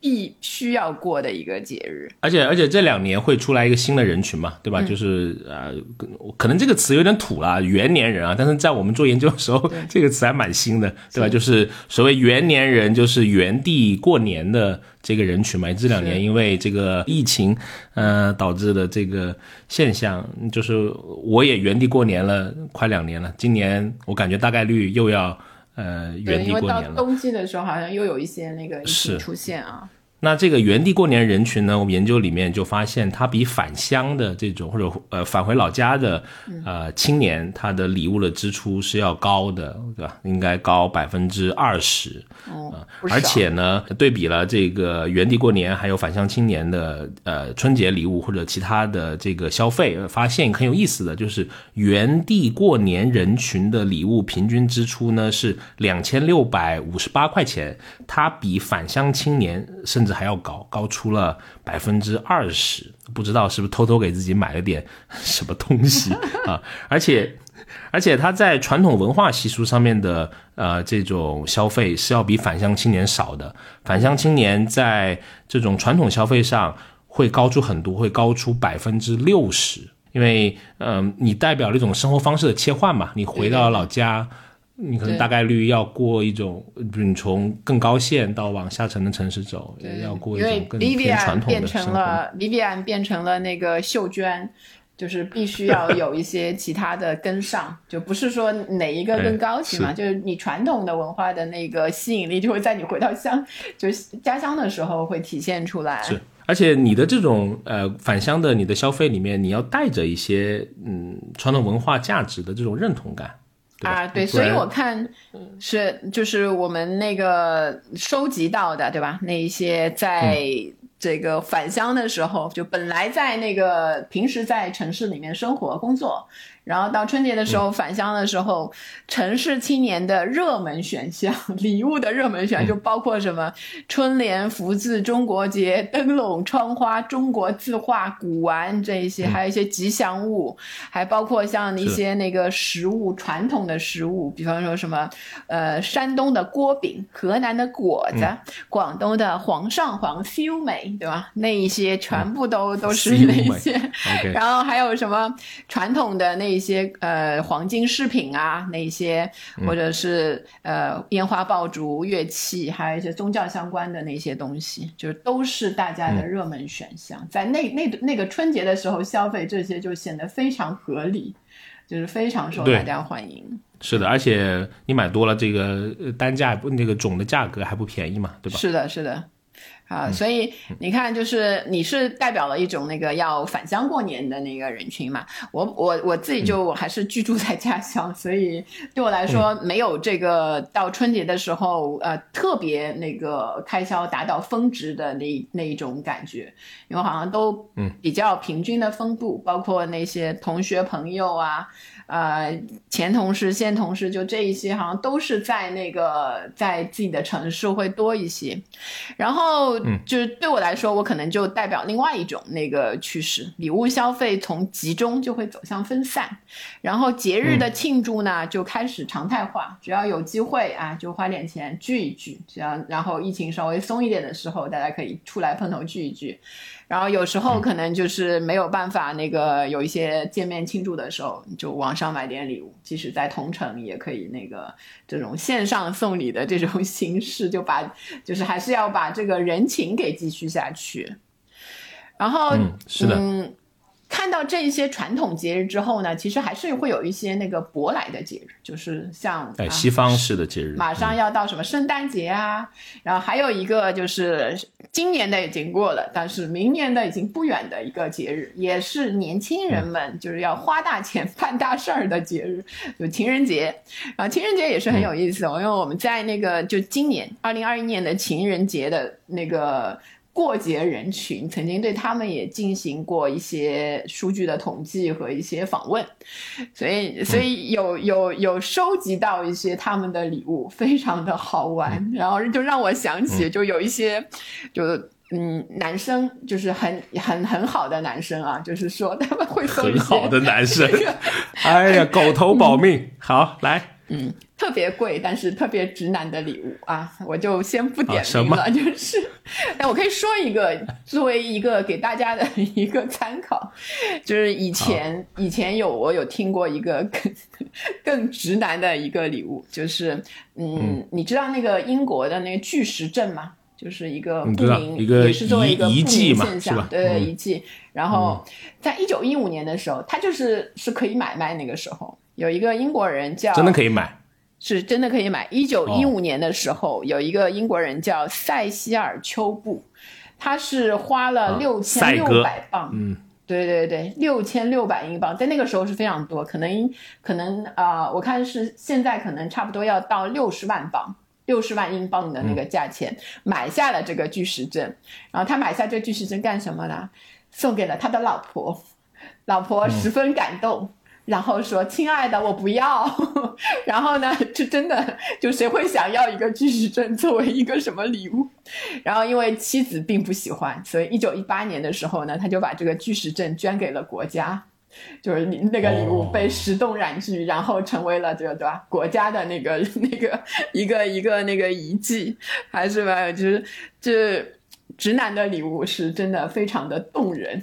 必须要过的一个节日。 而且而且这两年会出来一个新的人群嘛，对吧？嗯、就是呃，可能这个词有点土啦，元年人啊，但是在我们做研究的时候，这个词还蛮新的，对吧？就是所谓元年人，就是原地过年的这个人群嘛。这两年因为这个疫情呃导致的这个现象，就是我也原地过年了快两年了，今年我感觉大概率又要呃原地过年了。 因为到冬季的时候好像又有一些那个疫情出现啊。 那这个原地过年人群呢，我们研究里面就发现，它比返乡的这种或者呃返回老家的呃青年，他的礼物的支出是要高的，对吧？应该高百分之二十。 哦， 而且呢，对比了这个原地过年还有返乡青年的呃春节礼物或者其他的这个消费，发现很有意思的就是原地过年人群的礼物平均支出呢是两千六百五十八块钱，它比返乡青年甚至还要高，高出了百分之二十，不知道是不是偷偷给自己买了点什么东西啊？而且，而且他在传统文化习俗上面的呃这种消费是要比返乡青年少的，返乡青年在这种传统消费上会高出很多，会高出百分之六十，因为嗯、呃，你代表了一种生活方式的切换嘛，你回到老家。你可能大概率要过一种，比如你从更高线到往下沉的城市走，要过一种更偏传统的生活。 Vivian 变成了那个秀娟，就是必须要有一些其他的跟上，就不是说哪一个更高级嘛，就是你传统的文化的那个吸引力就会在你回到乡，就是家乡的时候会体现出来。 是。而且你的这种呃返乡的你的消费里面，你要带着一些嗯传统文化价值的这种认同感。 啊，对，所以我看是就是我们那个收集到的，对吧？那一些在这个返乡的时候，就本来在那个平时在城市里面生活工作，然后到春节的时候返乡的时候，城市青年的热门选项，礼物的热门选项就包括什么春联、福字、中国结、灯笼、窗花、中国字画、古玩这一些，还有一些吉祥物，还包括像一些那个食物，传统的食物，比方说什么呃山东的锅饼、河南的果子、嗯、广东的黄上黄、烧梅，对吧？那一些全部都、嗯、都是那一些， okay. 然后还有什么传统的那一些呃黄金饰品啊，那些或者是、嗯、呃烟花爆竹、乐器，还有一些宗教相关的那些东西，就是都是大家的热门选项。嗯、在那那那个春节的时候消费这些就显得非常合理，就是非常受大家欢迎。 是的，而且你买多了，这个单价那个总的价格还不便宜嘛，对吧？ 是的，是的。啊，所以你看，就是你是代表了一种那个要返乡过年的那个人群嘛。我我我自己就我还是居住在家乡，所以对我来说没有这个到春节的时候呃特别那个开销达到峰值的那那一种感觉，因为好像都比较平均的分布，包括那些同学朋友啊。呃，前同事、现同事，就这一些，好像都是在那个在自己的城市会多一些。然后，就是对我来说，我可能就代表另外一种那个趋势，礼物消费从集中就会走向分散，然后节日的庆祝呢就开始常态化，只要有机会啊，就花点钱聚一聚，只要然后疫情稍微松一点的时候，大家可以出来碰头聚一聚。然后有时候可能就是没有办法那个有一些见面庆祝的时候，就网上买点礼物，即使在同城也可以那个这种线上送礼的这种形式，就把就是还是要把这个人情给继续下去。然后嗯，是的。 嗯看到这些传统节日之后呢，其实还是会有一些那个舶来的节日，就是像、 哎、西方式的节日， 马上要到什么圣诞节啊、嗯、然后还有一个就是今年的已经过了，但是明年的已经不远的一个节日，也是年轻人们就是要花大钱办大事儿的节日，就情人节。然后情人节也是很有意思、哦嗯、因为我们在那个就今年二零二一年的情人节的那个过节人群曾经对他们也进行过一些数据的统计和一些访问，所以所以有有有收集到一些他们的礼物，非常的好玩，然后就让我想起就有一些就嗯男生就是很很很好的男生啊，就是说他们会送一些很好的男生哎呀狗头保命、嗯、好来嗯，特别贵但是特别直男的礼物啊，我就先不点名了，啊、就是，但我可以说一个作为一个给大家的一个参考，就是以前以前有我有听过一个更更直男的一个礼物，就是嗯，嗯你知道那个英国的那个巨石阵吗？就是一个不明，也是作为一个不明现象，对对，遗迹。然后在一九一五年的时候，它就是是可以买卖，那个时候有一个英国人叫真的可以买， 是真的可以买。一九一五年的时候，有一个英国人叫塞西尔丘布，他是花了六千六百磅，嗯。对对对，六千六百英镑，在那个时候是非常多，可能可能啊、呃，我看是现在可能差不多要到六十万镑。六十万英镑的那个价钱、嗯、买下了这个巨石阵，然后他买下这个巨石阵干什么呢？送给了他的老婆，老婆十分感动、嗯、然后说亲爱的我不要然后呢就真的就谁会想要一个巨石阵作为一个什么礼物，然后因为妻子并不喜欢，所以一九一八年的时候呢，他就把这个巨石阵捐给了国家，就是那个礼物被石洞染具、哦、然后成为了这个对吧国家的那个那个一个一个那个遗迹，还是吧，就是这直男的礼物是真的非常的动人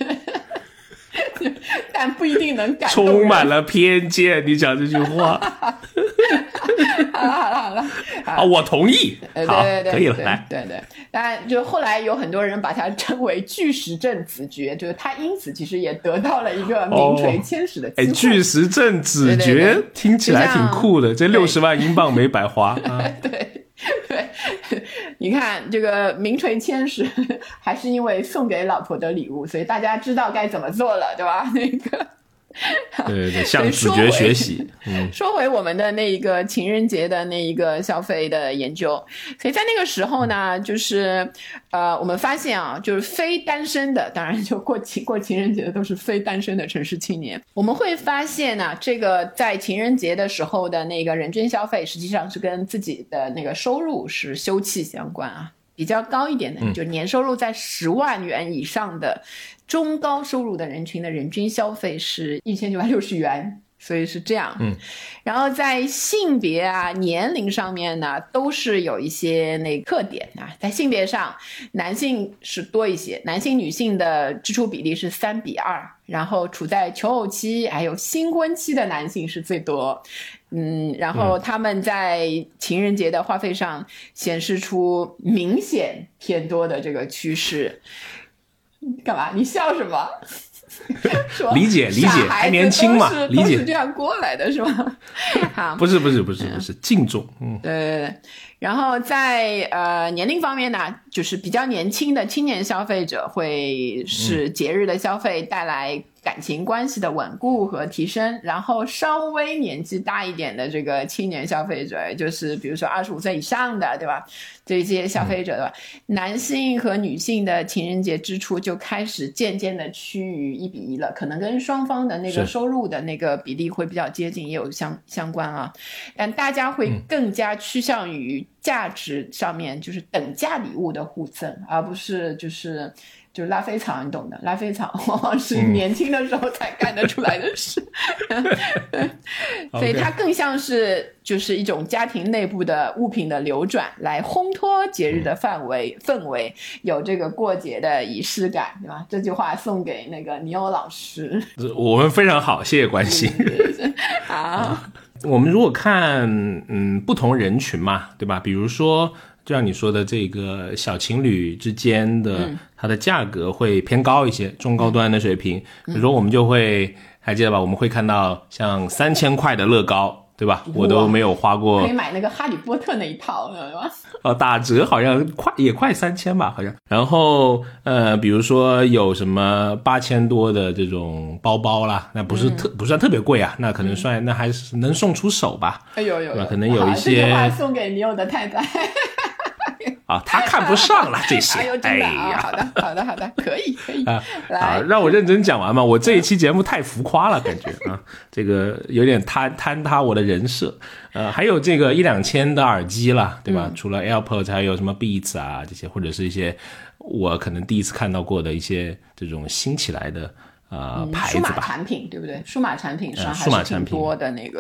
但不一定能感动人， 充满了偏见，你讲这句话好了好了好了啊，我同意，好， 对对对， 可以了，来， 对对，当然就后来有很多人把它称为巨石阵子爵，就是他因此其实也得到了一个名垂千史的机会。 哎、哦，巨石阵子爵，对对对，听起来挺酷的，这六十万英镑没白花。 对、啊、对对，你看这个名垂千史，还是因为送给老婆的礼物，所以大家知道该怎么做了，对吧？那个。 对对对，向子爵学习。 嗯，说回我们的那一个情人节的那一个消费的研究，所以在那个时候呢，就是呃，我们发现啊，就是非单身的，当然就过情过情人节的都是非单身的城市青年，我们会发现呢、啊，这个在情人节的时候的那个人均消费，实际上是跟自己的那个收入是休戚相关啊。比较高一点的，就年收入在十万元以上的中高收入的人群的人均消费是一千九百六十元，所以是这样。 嗯， 然后在性别啊、年龄上面呢，都是有一些那个特点啊。在性别上，男性是多一些，男性女性的支出比例是三比二，然后处在求偶期还有新婚期的男性是最多。嗯，然后他们在情人节的花费上显示出明显偏多的这个趋势。干嘛？你笑什么？ 理解理解，还年轻嘛，理解都是这样过来的是吗？好， 不是不是不是不是，敬重。嗯， 对对对。然后在呃年龄方面呢，就是比较年轻的青年消费者会使节日的消费带来感情关系的稳固和提升，然后稍微年纪大一点的这个青年消费者，就是比如说二十五岁以上的，对吧？这些消费者对吧？男性和女性的情人节支出就开始渐渐的趋于一比一了，可能跟双方的那个收入的那个比例会比较接近，也有相相关啊。但大家会更加趋向于价值上面，就是等价礼物的互赠，而不是就是就是拉菲草，你懂的，拉菲草往往是年轻的时候才干得出来的事、嗯、所以它更像是就是一种家庭内部的物品的流转，来烘托节日的范围、嗯、氛围，有这个过节的仪式感，对吧？这句话送给那个尼欧老师， 我们非常好，谢谢关心。 好， 我们如果看嗯不同人群嘛，对吧？比如说就像你说的这个小情侣之间的、嗯、它的价格会偏高一些，中高端的水平、嗯、比如说我们就会还记得吧，我们会看到像三千块的乐高，对吧？我都没有花过， 可以买那个哈利波特那一套，对吧？ 呃，打折好像快也快三千吧，好像。然后呃，比如说有什么八千多的这种包包啦，那不是特、嗯、不算特别贵啊，那可能算、嗯、那还是能送出手吧。 哎呦呦呦， 可能有一些。 这句话送给你有的太太。 啊，他看不上了这些。 哎呦，真的、 哎呀， 好的，好的，好的，可以，可以。 啊， 来啊，让我认真讲完嘛。我这一期节目太浮夸了，感觉啊，这个有点坍坍塌我的人设。呃，还有这个一两千的耳机啦，对吧？嗯、除了 AirPods， 还有什么 Beats 啊这些，或者是一些我可能第一次看到过的一些这种新起来的呃、嗯、牌子吧。 数码产品对不对？数码产品上还是挺多的那个。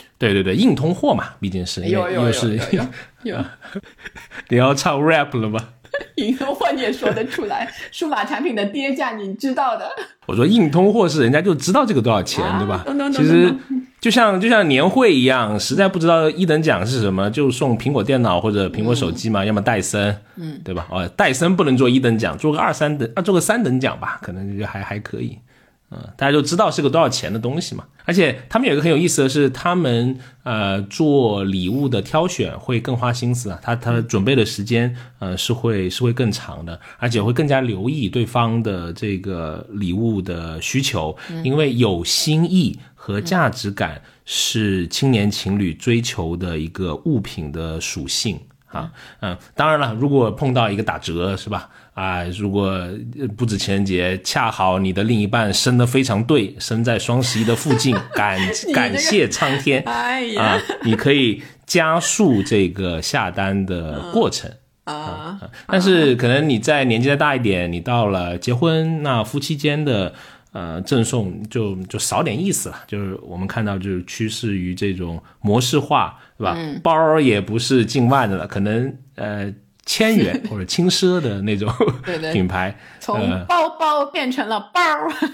对对对，硬通货嘛，毕竟是有有有是有有有你要唱 rap 了吗？ 硬通货你也说得出来，数码产品的跌价你知道的。 我说硬通货是人家就知道这个多少钱、啊、对吧？ 懂懂懂其实就像就像年会一样，实在不知道一等奖是什么，就送苹果电脑或者苹果手机嘛，嗯、要么戴森，嗯，对吧？哦，戴森不能做一等奖，做个二三等，啊，做个三等奖吧，可能就还还可以。嗯，大家就知道是个多少钱的东西嘛。而且他们有一个很有意思的是，他们呃做礼物的挑选会更花心思啊，他他准备的时间呃是会是会更长的，而且会更加留意对方的这个礼物的需求，因为有心意和价值感是青年情侣追求的一个物品的属性啊。嗯，当然了，如果碰到一个打折是吧？啊，如果不止情人节，恰好你的另一半生得非常对，生在双十一的附近，感感谢苍天， 哎呀啊，你可以加速这个下单的过程。 嗯、啊、 嗯，但是可能你在年纪再大一点，你到了结婚，那夫妻间的呃赠送就就少点意思了，就是我们看到就是趋势于这种模式化，对吧？嗯、包也不是近万的了，可能呃。千元或者轻奢的那种对对品牌， 从包包变成了包，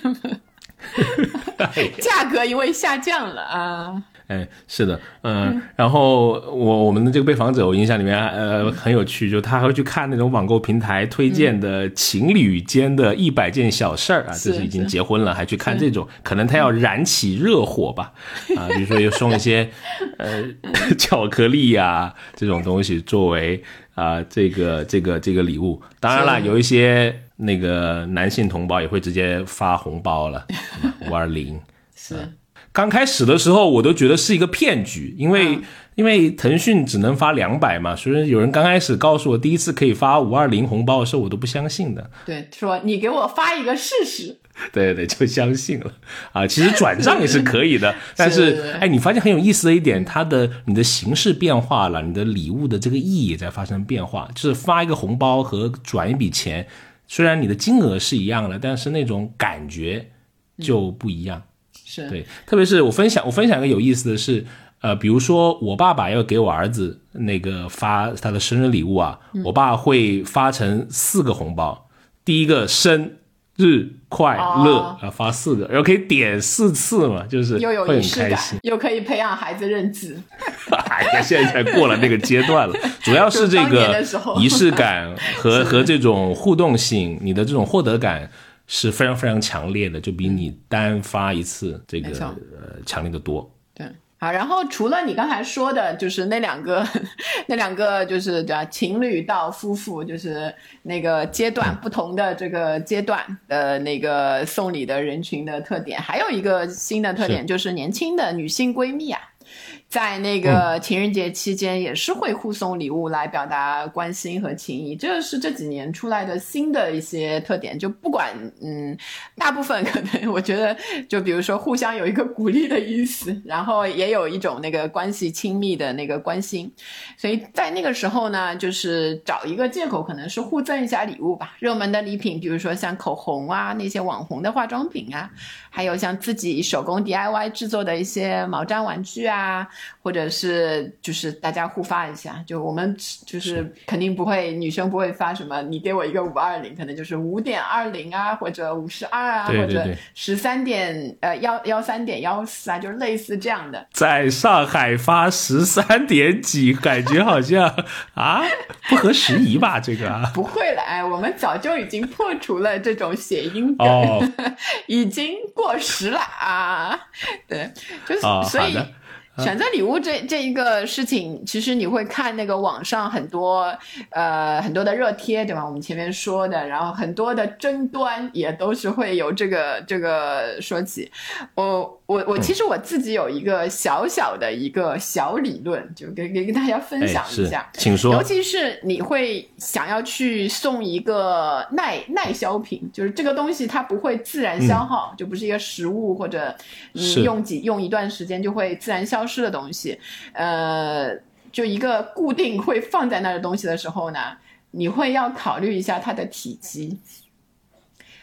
价格因为下降了啊。 哎，是的，呃、嗯，然后我我们的这个被访者，我印象里面呃很有趣，就他还会去看那种网购平台推荐的情侣间的一百件小事儿、嗯、啊，这是已经结婚了，还去看这种，可能他要燃起热火吧，啊，比如说又送一些呃巧克力啊这种东西作为啊这个这个这个礼物。当然了，有一些那个男性同胞也会直接发红包了，五二零是。 嗯刚开始的时候我都觉得是一个骗局，因为、嗯、因为腾讯只能发两百嘛，所以有人刚开始告诉我第一次可以发五二零红包的时候，我都不相信的。 对，说你给我发一个试试。 对对，就相信了啊。其实转账也是可以的，但是哎，你发现很有意思的一点，它的你的形式变化了，你的礼物的这个意义也在发生变化，就是发一个红包和转一笔钱，虽然你的金额是一样的，但是那种感觉就不一样。嗯是对，特别是我分享我分享一个有意思的是，呃，比如说我爸爸要给我儿子那个发他的生日礼物啊，嗯、我爸会发成四个红包，第一个生日快乐啊、哦，发四个，然后可以点四次嘛，就是又有会很仪式感， 开心， 又可以培养孩子认字。 哎呀，现在才过了那个阶段了，主要是这个仪式感和和这种互动性，你的这种获得感。是非常非常强烈的，就比你单发一次这个呃强烈的多。 对，好，然后除了你刚才说的，就是那两个那两个就是对吧，情侣到夫妇，就是那个阶段、嗯、不同的这个阶段的那个送礼的人群的特点，还有一个新的特点就是年轻的女性闺蜜啊。在那个情人节期间也是会互送礼物来表达关心和情谊，这是这几年出来的新的一些特点，就不管嗯，大部分可能我觉得就比如说互相有一个鼓励的意思，然后也有一种那个关系亲密的那个关心，所以在那个时候呢，就是找一个借口，可能是互赠一下礼物吧，热门的礼品，比如说像口红啊，那些网红的化妆品啊，还有像自己手工 D I Y 制作的一些毛毡玩具啊，或者是就是大家互发一下，就我们就是肯定不会，女生不会发什么你给我一个五二零，可能就是五点二零啊，或者五十二啊， 对对对， 或者十三点呃幺幺三点幺四啊，就是类似这样的。 在上海发十三点几，感觉好像啊不合时宜吧？这个啊， 不会了，哎，我们早就已经破除了这种谐音梗， 哦、 已经过时了啊。对，就是、 哦、 所以。选择礼物这这一个事情，其实你会看那个网上很多呃很多的热贴，对吧？我们前面说的，然后很多的争端也都是会有这个这个说起。我我我其实我自己有一个小小的一个小理论，就给给跟大家分享一下， 哎、请说。 尤其是你会想要去送一个耐耐消品，就是这个东西它不会自然消耗，嗯、就不是一个食物或者你用几用一段时间就会自然消失的东西，呃，就一个固定会放在那儿的东西的时候呢，你会要考虑一下它的体积。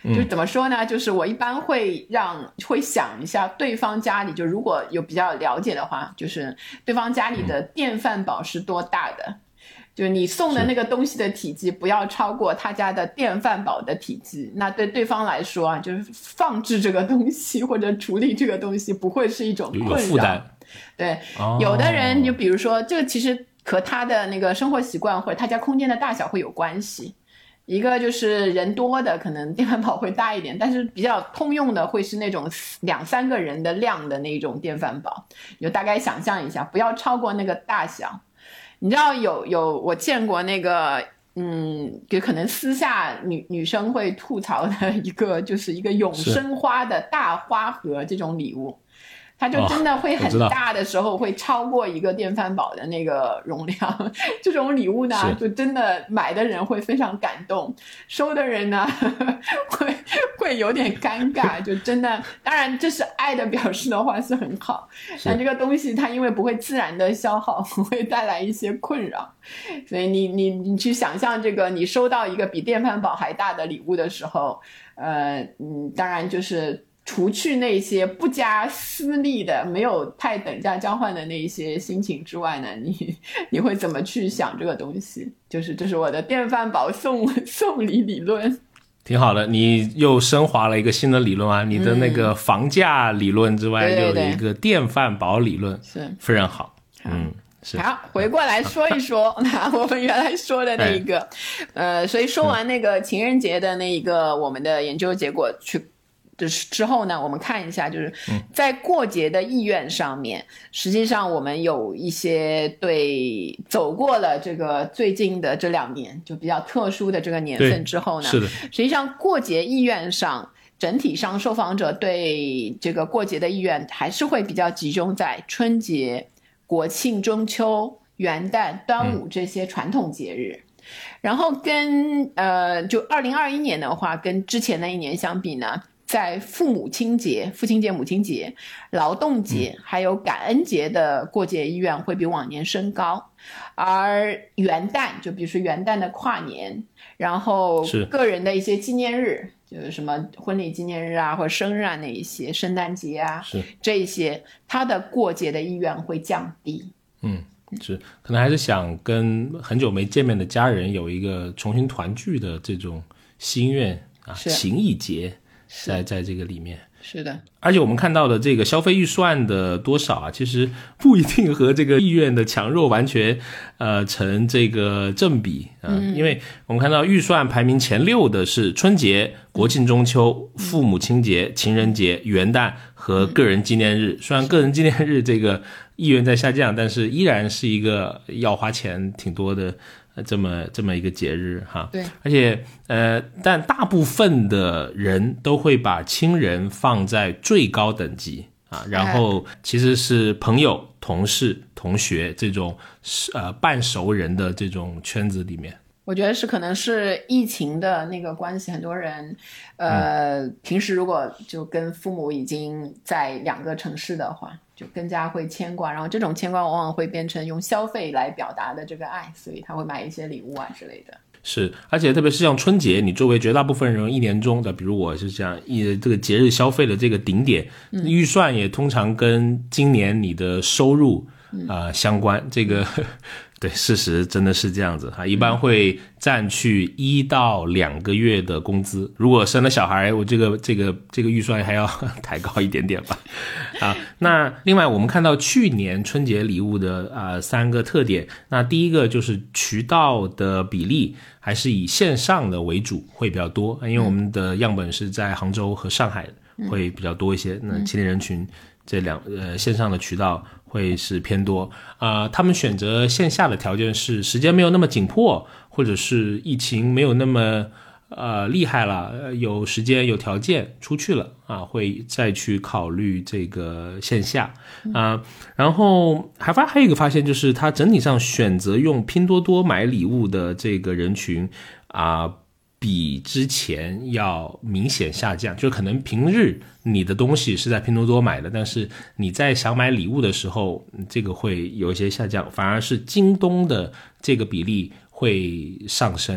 就是怎么说呢，就是我一般会让会想一下对方家里，就如果有比较了解的话，就是对方家里的电饭煲是多大的，嗯，就是你送的那个东西的体积不要超过他家的电饭煲的体积，那对对方来说啊，就是放置这个东西或者处理这个东西不会是一种困扰， 有负担。 对， 哦， 有的人就比如说这个其实和他的那个生活习惯或者他家空间的大小会有关系。一个就是人多的可能电饭煲会大一点，但是比较通用的会是那种两三个人的量的那种电饭煲，你就大概想象一下，不要超过那个大小。你知道有有我见过那个嗯，就可能私下女女生会吐槽的一个，就是一个永生花的大花盒这种礼物，它就真的会很大的时候会超过一个电饭煲的那个容量。这种礼物呢，就真的买的人会非常感动，收的人呢会会有点尴尬。就真的，当然这是爱的表示的话是很好，但这个东西它因为不会自然的消耗，会带来一些困扰。所以你你你去想象这个，你收到一个比电饭煲还大的礼物的时候，呃嗯，当然就是除去那些不加私利的没有太等价交换的那一些心情之外呢，你你会怎么去想这个东西？就是这是我的电饭煲送送礼理论。 挺好的，你又升华了一个新的理论啊！你的那个房价理论之外，又有一个电饭煲理论，是非常好。嗯，是。 好，回过来说一说那我们原来说的那一个，呃，所以说完那个情人节的那一个我们的研究结果去。就是之后呢，我们看一下，就是在过节的意愿上面，嗯，实际上我们有一些对走过了这个最近的这两年就比较特殊的这个年份之后呢， 是的， 实际上过节意愿上，整体上受访者对这个过节的意愿还是会比较集中在春节、国庆、中秋、元旦、端午这些传统节日。嗯，然后跟呃，就二零二一年的话，跟之前的一年相比呢，在父母亲节、父亲节、母亲节、劳动节还有感恩节的过节意愿会比往年升高，而元旦就比如说元旦的跨年，然后个人的一些纪念日，就是什么婚礼纪念日啊或者生日啊那一些，圣诞节啊这一些，他的过节的意愿会降低。 嗯，是可能还是想跟很久没见面的家人有一个重新团聚的这种心愿啊，情谊节在在这个里面。 是的， 而且我们看到的这个消费预算的多少啊，其实不一定和这个意愿的强弱完全呃成这个正比啊、呃嗯，因为我们看到预算排名前六的是春节、国庆、中秋、父母亲节、情人节、元旦和个人纪念日。虽然个人纪念日这个意愿在下降，但是依然是一个要花钱挺多的。这么这么一个节日哈， 对， 而且呃，但大部分的人都会把亲人放在最高等级啊，然后其实是朋友、同事、同学这种呃半熟人的这种圈子里面。 我觉得是可能是疫情的那个关系，很多人呃、嗯、平时如果就跟父母已经在两个城市的话，就更加会牵挂，然后这种牵挂往往会变成用消费来表达的这个爱，所以他会买一些礼物啊之类的。 是，而且特别是像春节，你作为绝大部分人一年中的，比如我是这样一这个节日消费的这个顶点、嗯、预算也通常跟今年你的收入啊、呃、相关，这个对，事实真的是这样子哈，一般会占去一到两个月的工资。如果生了小孩，我这个这个这个预算还要抬高一点点吧。啊，那另外我们看到去年春节礼物的啊、呃、三个特点，那第一个就是渠道的比例还是以线上的为主，会比较多，因为我们的样本是在杭州和上海会比较多一些。那青年人群这两呃线上的渠道会是偏多啊、呃，他们选择线下的条件是时间没有那么紧迫，或者是疫情没有那么呃厉害了，有时间有条件出去了啊，会再去考虑这个线下啊、呃。然后还发还有一个发现，就是他整体上选择用拼多多买礼物的这个人群啊。呃比之前要明显下降，就可能平日你的东西是在拼多多买的，但是你在想买礼物的时候，这个会有一些下降，反而是京东的这个比例会上升。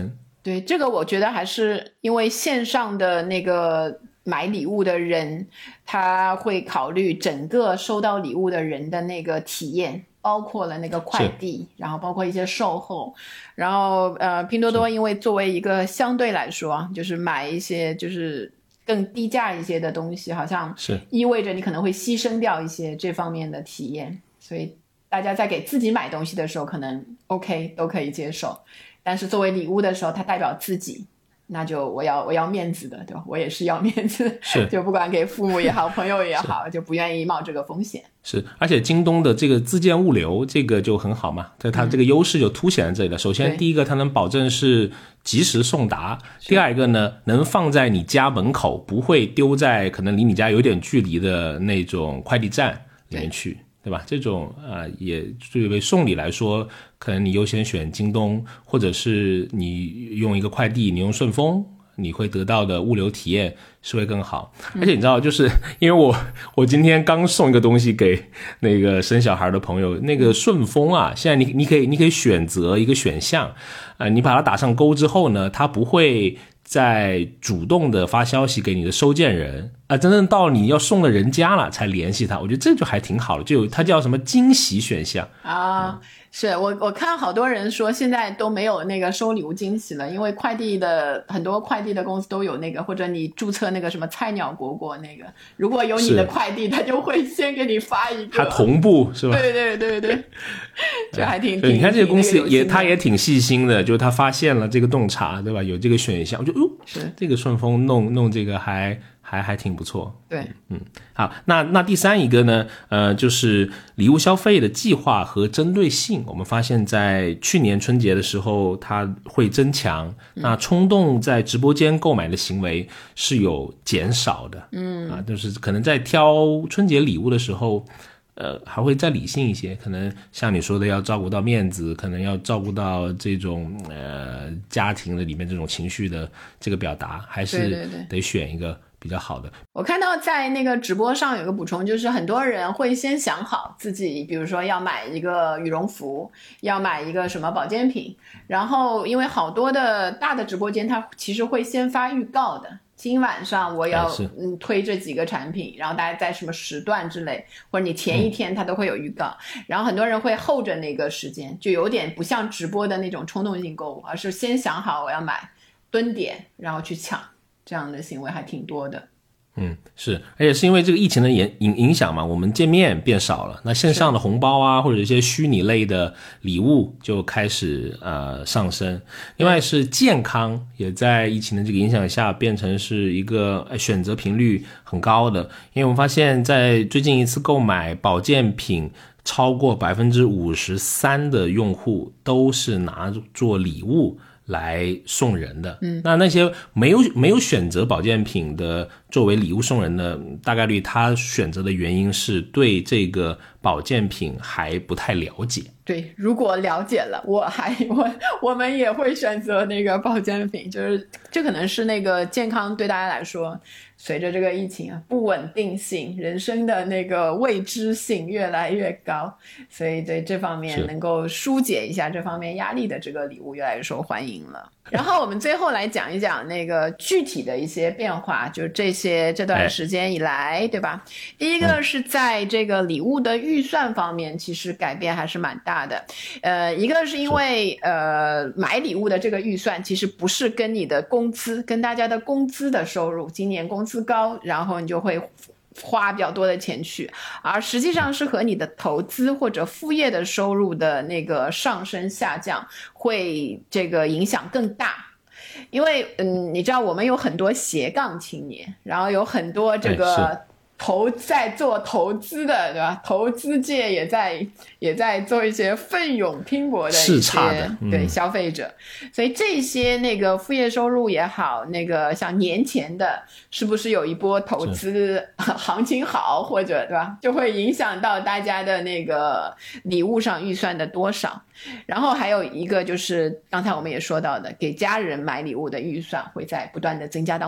对，这个我觉得还是因为线上的那个买礼物的人，他会考虑整个收到礼物的人的那个体验，包括了那个快递，然后包括一些售后，然后呃，拼多多因为作为一个相对来说就是买一些就是更低价一些的东西，好像是意味着你可能会牺牲掉一些这方面的体验，所以大家在给自己买东西的时候可能 OK 都可以接受，但是作为礼物的时候它代表自己，那就我要我要面子的，对吧？我也是要面子， 是就不管给父母也好朋友也好，就不愿意冒这个风险。 是，而且京东的这个自建物流这个就很好嘛，它这个优势就凸显在这里了。首先第一个它能保证是及时送达，第二个呢能放在你家门口，不会丢在可能离你家有点距离的那种快递站里面去，对吧？这种啊、呃，也作为送礼来说，可能你优先选京东，或者是你用一个快递，你用顺丰，你会得到的物流体验是会更好。而且你知道，就是因为我我今天刚送一个东西给那个生小孩的朋友，那个顺丰啊，现在你你可以你可以选择一个选项，呃，你把它打上勾之后呢，它不会在主动的发消息给你的收件人啊、呃，真正到你要送的人家了才联系他，我觉得这就还挺好的，就有它叫什么惊喜选项啊。嗯，是我我看好多人说现在都没有那个收礼物惊喜了，因为快递的很多快递的公司都有那个，或者你注册那个什么菜鸟国国那个，如果有你的快递，他就会先给你发一个， 它同步是吧？ 对对对对，就还挺。 对，你看这个公司也，他也挺细心的，就是他发现了这个洞察，对吧？有这个选项，就哟， 是这个顺丰弄弄这个还还还挺不错。 对， 嗯，好，那那第三一个呢，呃，就是礼物消费的计划和针对性。我们发现，在去年春节的时候，它会增强，嗯、那冲动在直播间购买的行为是有减少的。嗯，啊，就是可能在挑春节礼物的时候。呃，还会再理性一些，可能像你说的要照顾到面子，可能要照顾到这种呃家庭的里面这种情绪的这个表达，还是得选一个比较好的。 对对对，我看到在那个直播上有个补充，就是很多人会先想好自己，比如说要买一个羽绒服，要买一个什么保健品，然后因为好多的大的直播间它其实会先发预告的。今晚上我要嗯推这几个产品，然后大家在什么时段之类，或者你前一天它都会有预告、嗯、然后很多人会候着那个时间，就有点不像直播的那种冲动性购物，而是先想好我要买，蹲点然后去抢，这样的行为还挺多的。 嗯，是，而且是因为这个疫情的影影响嘛，我们见面变少了，那线上的红包啊，或者一些虚拟类的礼物就开始呃上升。另外是健康也在疫情的这个影响下变成是一个选择频率很高的，因为我们发现在最近一次购买保健品超过 百分之五十三 的用户都是拿做礼物来送人的。嗯，那那些没有没有选择保健品的作为礼物送人的，大概率他选择的原因是对这个保健品还不太了解。 对，如果了解了，我还我我们也会选择那个保健品，就是这可能是那个健康对大家来说，随着这个疫情啊不稳定性，人生的那个未知性越来越高，所以对这方面能够疏解一下这方面压力的这个礼物越来越受欢迎了。然后我们最后来讲一讲那个具体的一些变化，就是这些这段时间以来、哎、对吧？第一个是在这个礼物的预算方面其实改变还是蛮大的。呃，一个是因为呃买礼物的这个预算其实不是跟你的工资跟大家的工资的收入，今年工资高然后你就会花比较多的钱去，而实际上是和你的投资或者副业的收入的那个上升下降会这个影响更大。因为嗯，你知道我们有很多斜杠青年，然后有很多这个投在做投资的，对吧？投资界也在也在做一些奋勇拼搏的一些的、嗯、对消费者，所以这些那个副业收入也好，那个像年前的是不是有一波投资行情好，或者对吧，就会影响到大家的那个礼物上预算的多少。然后还有一个就是刚才我们也说到的，给家人买礼物的预算会在不断的增加当中。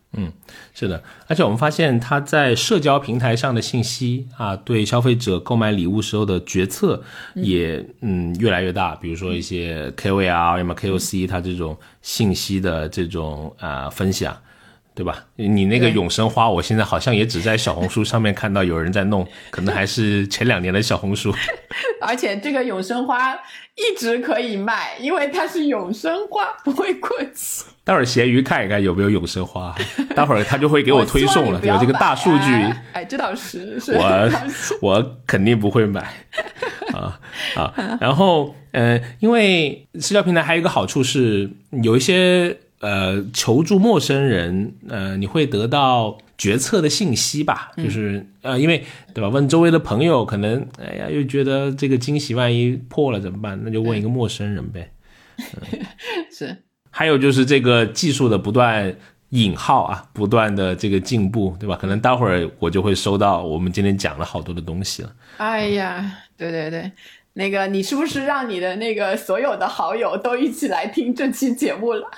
嗯，是的，而且我们发现它在社交平台上的信息啊，对消费者购买礼物时候的决策也 嗯, 嗯越来越大。比如说一些 K O L 要么 K O C， 它这种信息的这种啊、呃、分享，对吧？你那个永生花，我现在好像也只在小红书上面看到有人在弄，可能还是前两年的小红书。 而且这个永生花一直可以卖，因为它是永生花，不会过期。 待会儿闲鱼看一看有没有永生花，待会儿他就会给我推送了，有这个大数据。 哎，这倒是，是我我肯定不会买啊啊。然后呃，因为社交平台还有一个好处是，有一些呃求助陌生人，呃，你会得到决策的信息吧，就是呃，因为对吧？问周围的朋友，可能哎呀又觉得这个惊喜万一破了怎么办？那就问一个陌生人呗。嗯、 是。 还有就是这个技术的不断引号啊，不断的这个进步，对吧？可能待会儿我就会收到我们今天讲了好多的东西了。 哎呀，对对对，那个你是不是让你的那个所有的好友都一起来听这期节目了？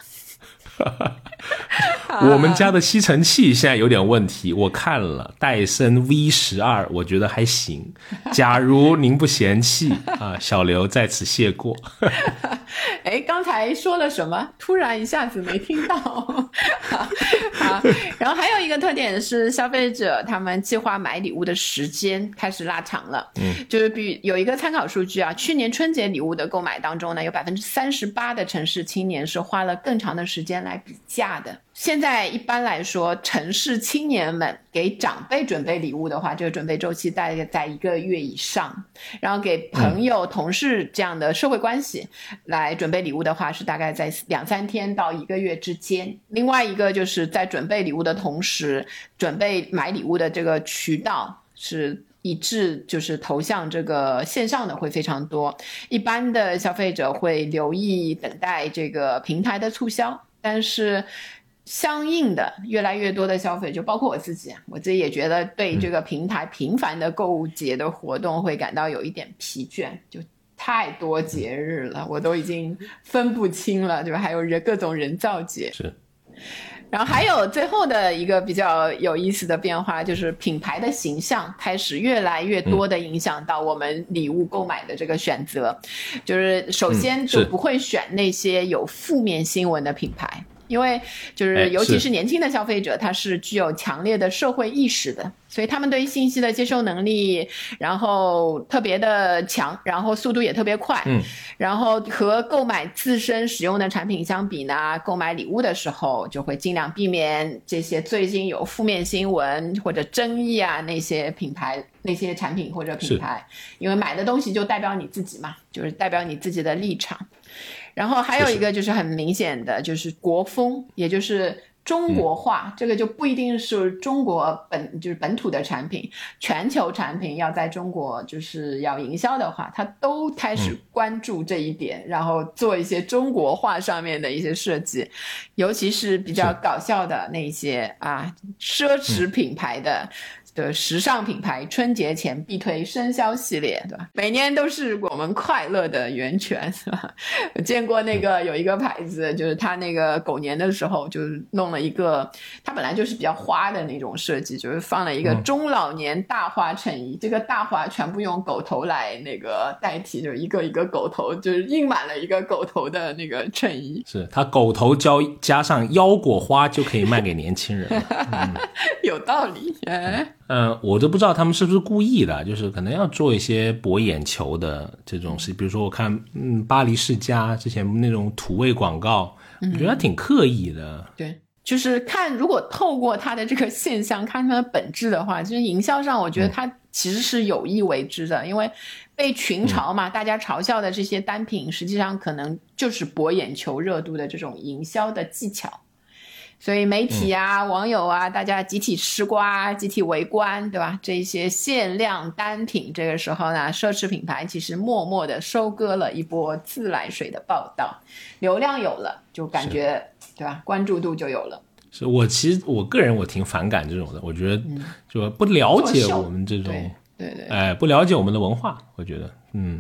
我们家的吸尘器现在有点问题，我看了戴森 V 十二， 我觉得还行。假如您不嫌弃啊，小刘在此谢过。 哎，刚才说了什么？突然一下子没听到。好，好，然后还有一个特点是，消费者他们计划买礼物的时间开始拉长了。嗯，就是比有一个参考数据啊，去年春节礼物的购买当中呢，有百分之三十八的城市青年是花了更长的时间来比价的。现在一般来说，城市青年们给长辈准备礼物的话，这个准备周期大概在一个月以上，然后给朋友、同事这样的社会关系来准备礼物的话，是大概在两三天到一个月之间。另外一个就是在准备礼物的同时，准备买礼物的这个渠道是以致就是投向这个线上的会非常多。一般的消费者会留意等待这个平台的促销，但是相应的越来越多的消费，就包括我自己，我自己也觉得对这个平台频繁的购物节的活动会感到有一点疲倦，就太多节日了，我都已经分不清了，对吧？还有人各种人造节。 是。 然后还有最后的一个比较有意思的变化，就是品牌的形象开始越来越多的影响到我们礼物购买的这个选择，嗯、就是首先就不会选那些有负面新闻的品牌。因为就是尤其是年轻的消费者，他是具有强烈的社会意识的，所以他们对于信息的接受能力然后特别的强，然后速度也特别快。嗯，然后和购买自身使用的产品相比呢，购买礼物的时候就会尽量避免这些最近有负面新闻或者争议啊那些品牌那些产品或者品牌，因为买的东西就代表你自己嘛，就是代表你自己的立场。然后还有一个就是很明显的就是国风，也就是中国化、嗯、这个就不一定是中国本就是本土的产品，全球产品要在中国就是要营销的话，它都开始关注这一点、嗯、然后做一些中国化上面的一些设计，尤其是比较搞笑的那些啊奢侈品牌的、嗯的时尚品牌，春节前必推生肖系列，对吧？每年都是我们快乐的源泉，是吧？我见过那个有一个牌子，就是他那个狗年的时候就弄了一个，它本来就是比较花的那种设计，就是放了一个中老年大花衬衣，嗯、这个大花全部用狗头来那个代替，就是一个一个狗头，就是印满了一个狗头的那个衬衣。 是它狗头加加上腰果花就可以卖给年轻人了。嗯、 有道理。哎。 呃，我都不知道他们是不是故意的，就是可能要做一些博眼球的这种事。比如说我看，嗯，巴黎世家之前那种土味广告，嗯、我觉得挺刻意的。 对，就是看如果透过它的这个现象看它的本质的话，就是营销上我觉得它其实是有意为之的，嗯、因为被群嘲嘛，嗯、大家嘲笑的这些单品，实际上可能就是博眼球热度的这种营销的技巧。所以媒体啊、嗯、网友啊，大家集体吃瓜、集体围观，对吧？这些限量单品，这个时候呢，奢侈品牌其实默默的收割了一波自来水的报道，流量有了，就感觉对吧？关注度就有了。 是我其实我个人我挺反感这种的，我觉得就不了解我们这种， 对对对， 哎，不了解我们的文化，我觉得，嗯。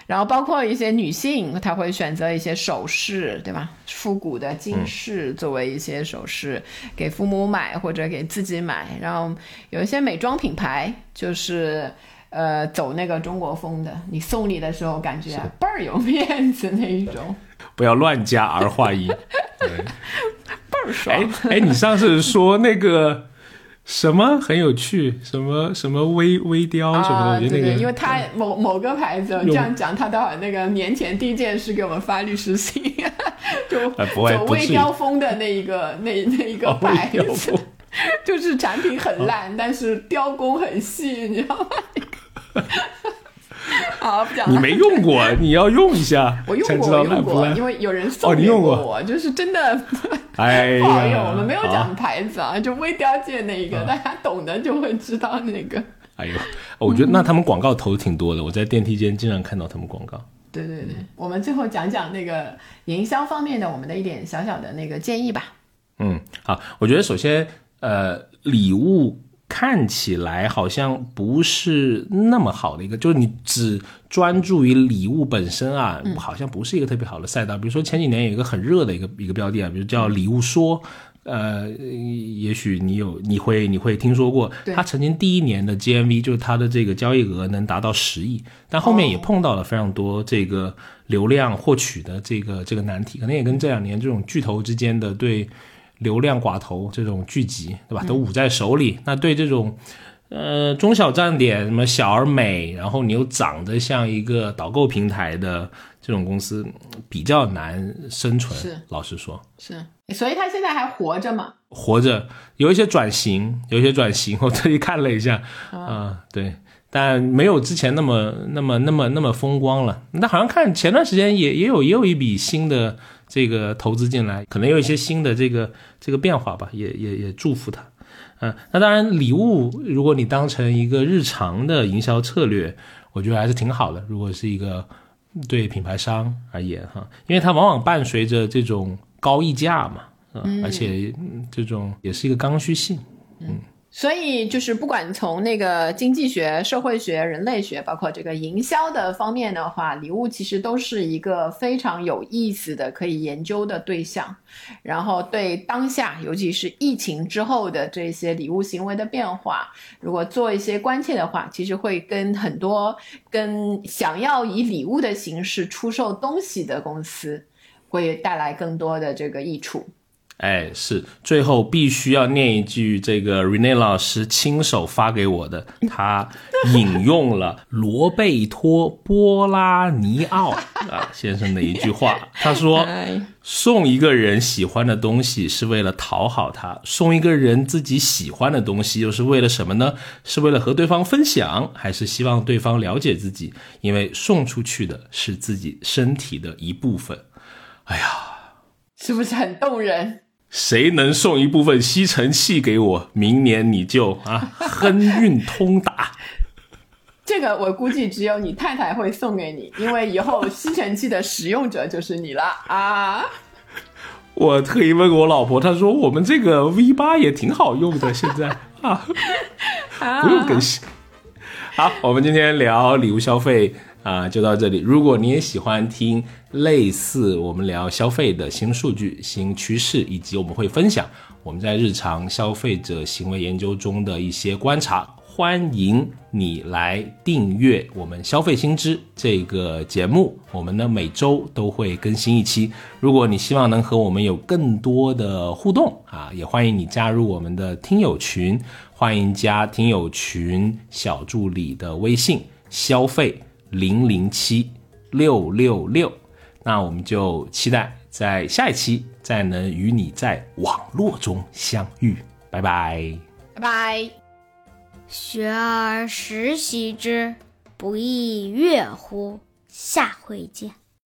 然后包括一些女性，她会选择一些首饰，对吧？复古的金饰作为一些首饰、嗯、给父母买或者给自己买。然后有一些美妆品牌就是呃走那个中国风的，你送礼的时候感觉、啊、倍儿有面子那一种。 不要乱加儿化音。对， 倍儿爽。 哎哎，你上次说那个什么很有趣，什么什么微微雕什么的， 啊、 我觉得那个， 对对，因为他某某个牌子这样讲，他到那个年前第一件事给我们发律师信，就走微雕风的那一个那那一个牌子，哦、就是产品很烂，哦、但是雕工很细，你知道吗？好，不讲了。 你没用过，你要用一下。 我用过，我用过，因为有人送给过我，哦、就是真的哎不好用。我们没有讲牌子啊，就微雕界那个，大家懂的就会知道那个。 哎呦，我觉得那他们广告投挺多的，我在电梯间经常看到他们广告。 对对对，我们最后讲讲那个营销方面的我们的一点小小的那个建议吧。 嗯，好，我觉得首先，呃，礼物看起来好像不是那么好的一个，就是你只专注于礼物本身啊，嗯、好像不是一个特别好的赛道。比如说前几年有一个很热的一个一个标的啊，比如叫礼物说，呃，也许你有你会你会听说过，它曾经第一年的 G M V 就是它的这个交易额能达到十亿，但后面也碰到了非常多这个流量获取的这个这个难题，可能也跟这两年这种巨头之间的对流量寡头这种聚集，对吧？都捂在手里。嗯、那对这种呃中小站点，什么小而美，然后你又长得像一个导购平台的这种公司，比较难生存。 是， 老实说， 是。所以他现在还活着吗？ 活着，有一些转型，有一些转型，我特意看了一下，啊、呃，对。但没有之前那么那么那么那么风光了。那好像看前段时间也也有也有一笔新的这个投资进来，可能有一些新的这个这个变化吧，也也也祝福他。嗯、呃，那当然礼物如果你当成一个日常的营销策略，我觉得还是挺好的。如果是一个对品牌商而言哈，因为它往往伴随着这种高溢价嘛，呃、嗯，而且这种也是一个刚需性，嗯。 所以就是不管从那个经济学、社会学、人类学，包括这个营销的方面的话，礼物其实都是一个非常有意思的可以研究的对象。然后对当下，尤其是疫情之后的这些礼物行为的变化，如果做一些关切的话，其实会跟很多跟想要以礼物的形式出售东西的公司会带来更多的这个益处。 哎，是，最后必须要念一句这个 Renee 老师亲手发给我的，他引用了罗贝托波拉尼奥啊先生的一句话，他说送一个人喜欢的东西是为了讨好他，送一个人自己喜欢的东西又是为了什么呢？是为了和对方分享，还是希望对方了解自己？因为送出去的是自己身体的一部分。哎呀， 是不是很动人？ 谁能送一部分吸尘器给我，明年你就啊亨运通达。 这个我估计只有你太太会送给你，因为以后吸尘器的使用者就是你了啊。 我特意问我老婆，她说我们这个 V 八 也挺好用的，现在啊不用更新。好，我们今天聊礼物消费啊，就到这里。如果你也喜欢听类似我们聊消费的新数据、新趋势，以及我们会分享我们在日常消费者行为研究中的一些观察，欢迎你来订阅我们消费新知这个节目。我们呢每周都会更新一期。如果你希望能和我们有更多的互动啊，也欢迎你加入我们的听友群，欢迎加听友群小助理的微信消费零零七六六六。那我们就期待在下一期再能与你在网络中相遇。拜拜， 拜拜。 学而时习之，不亦说乎？下回见。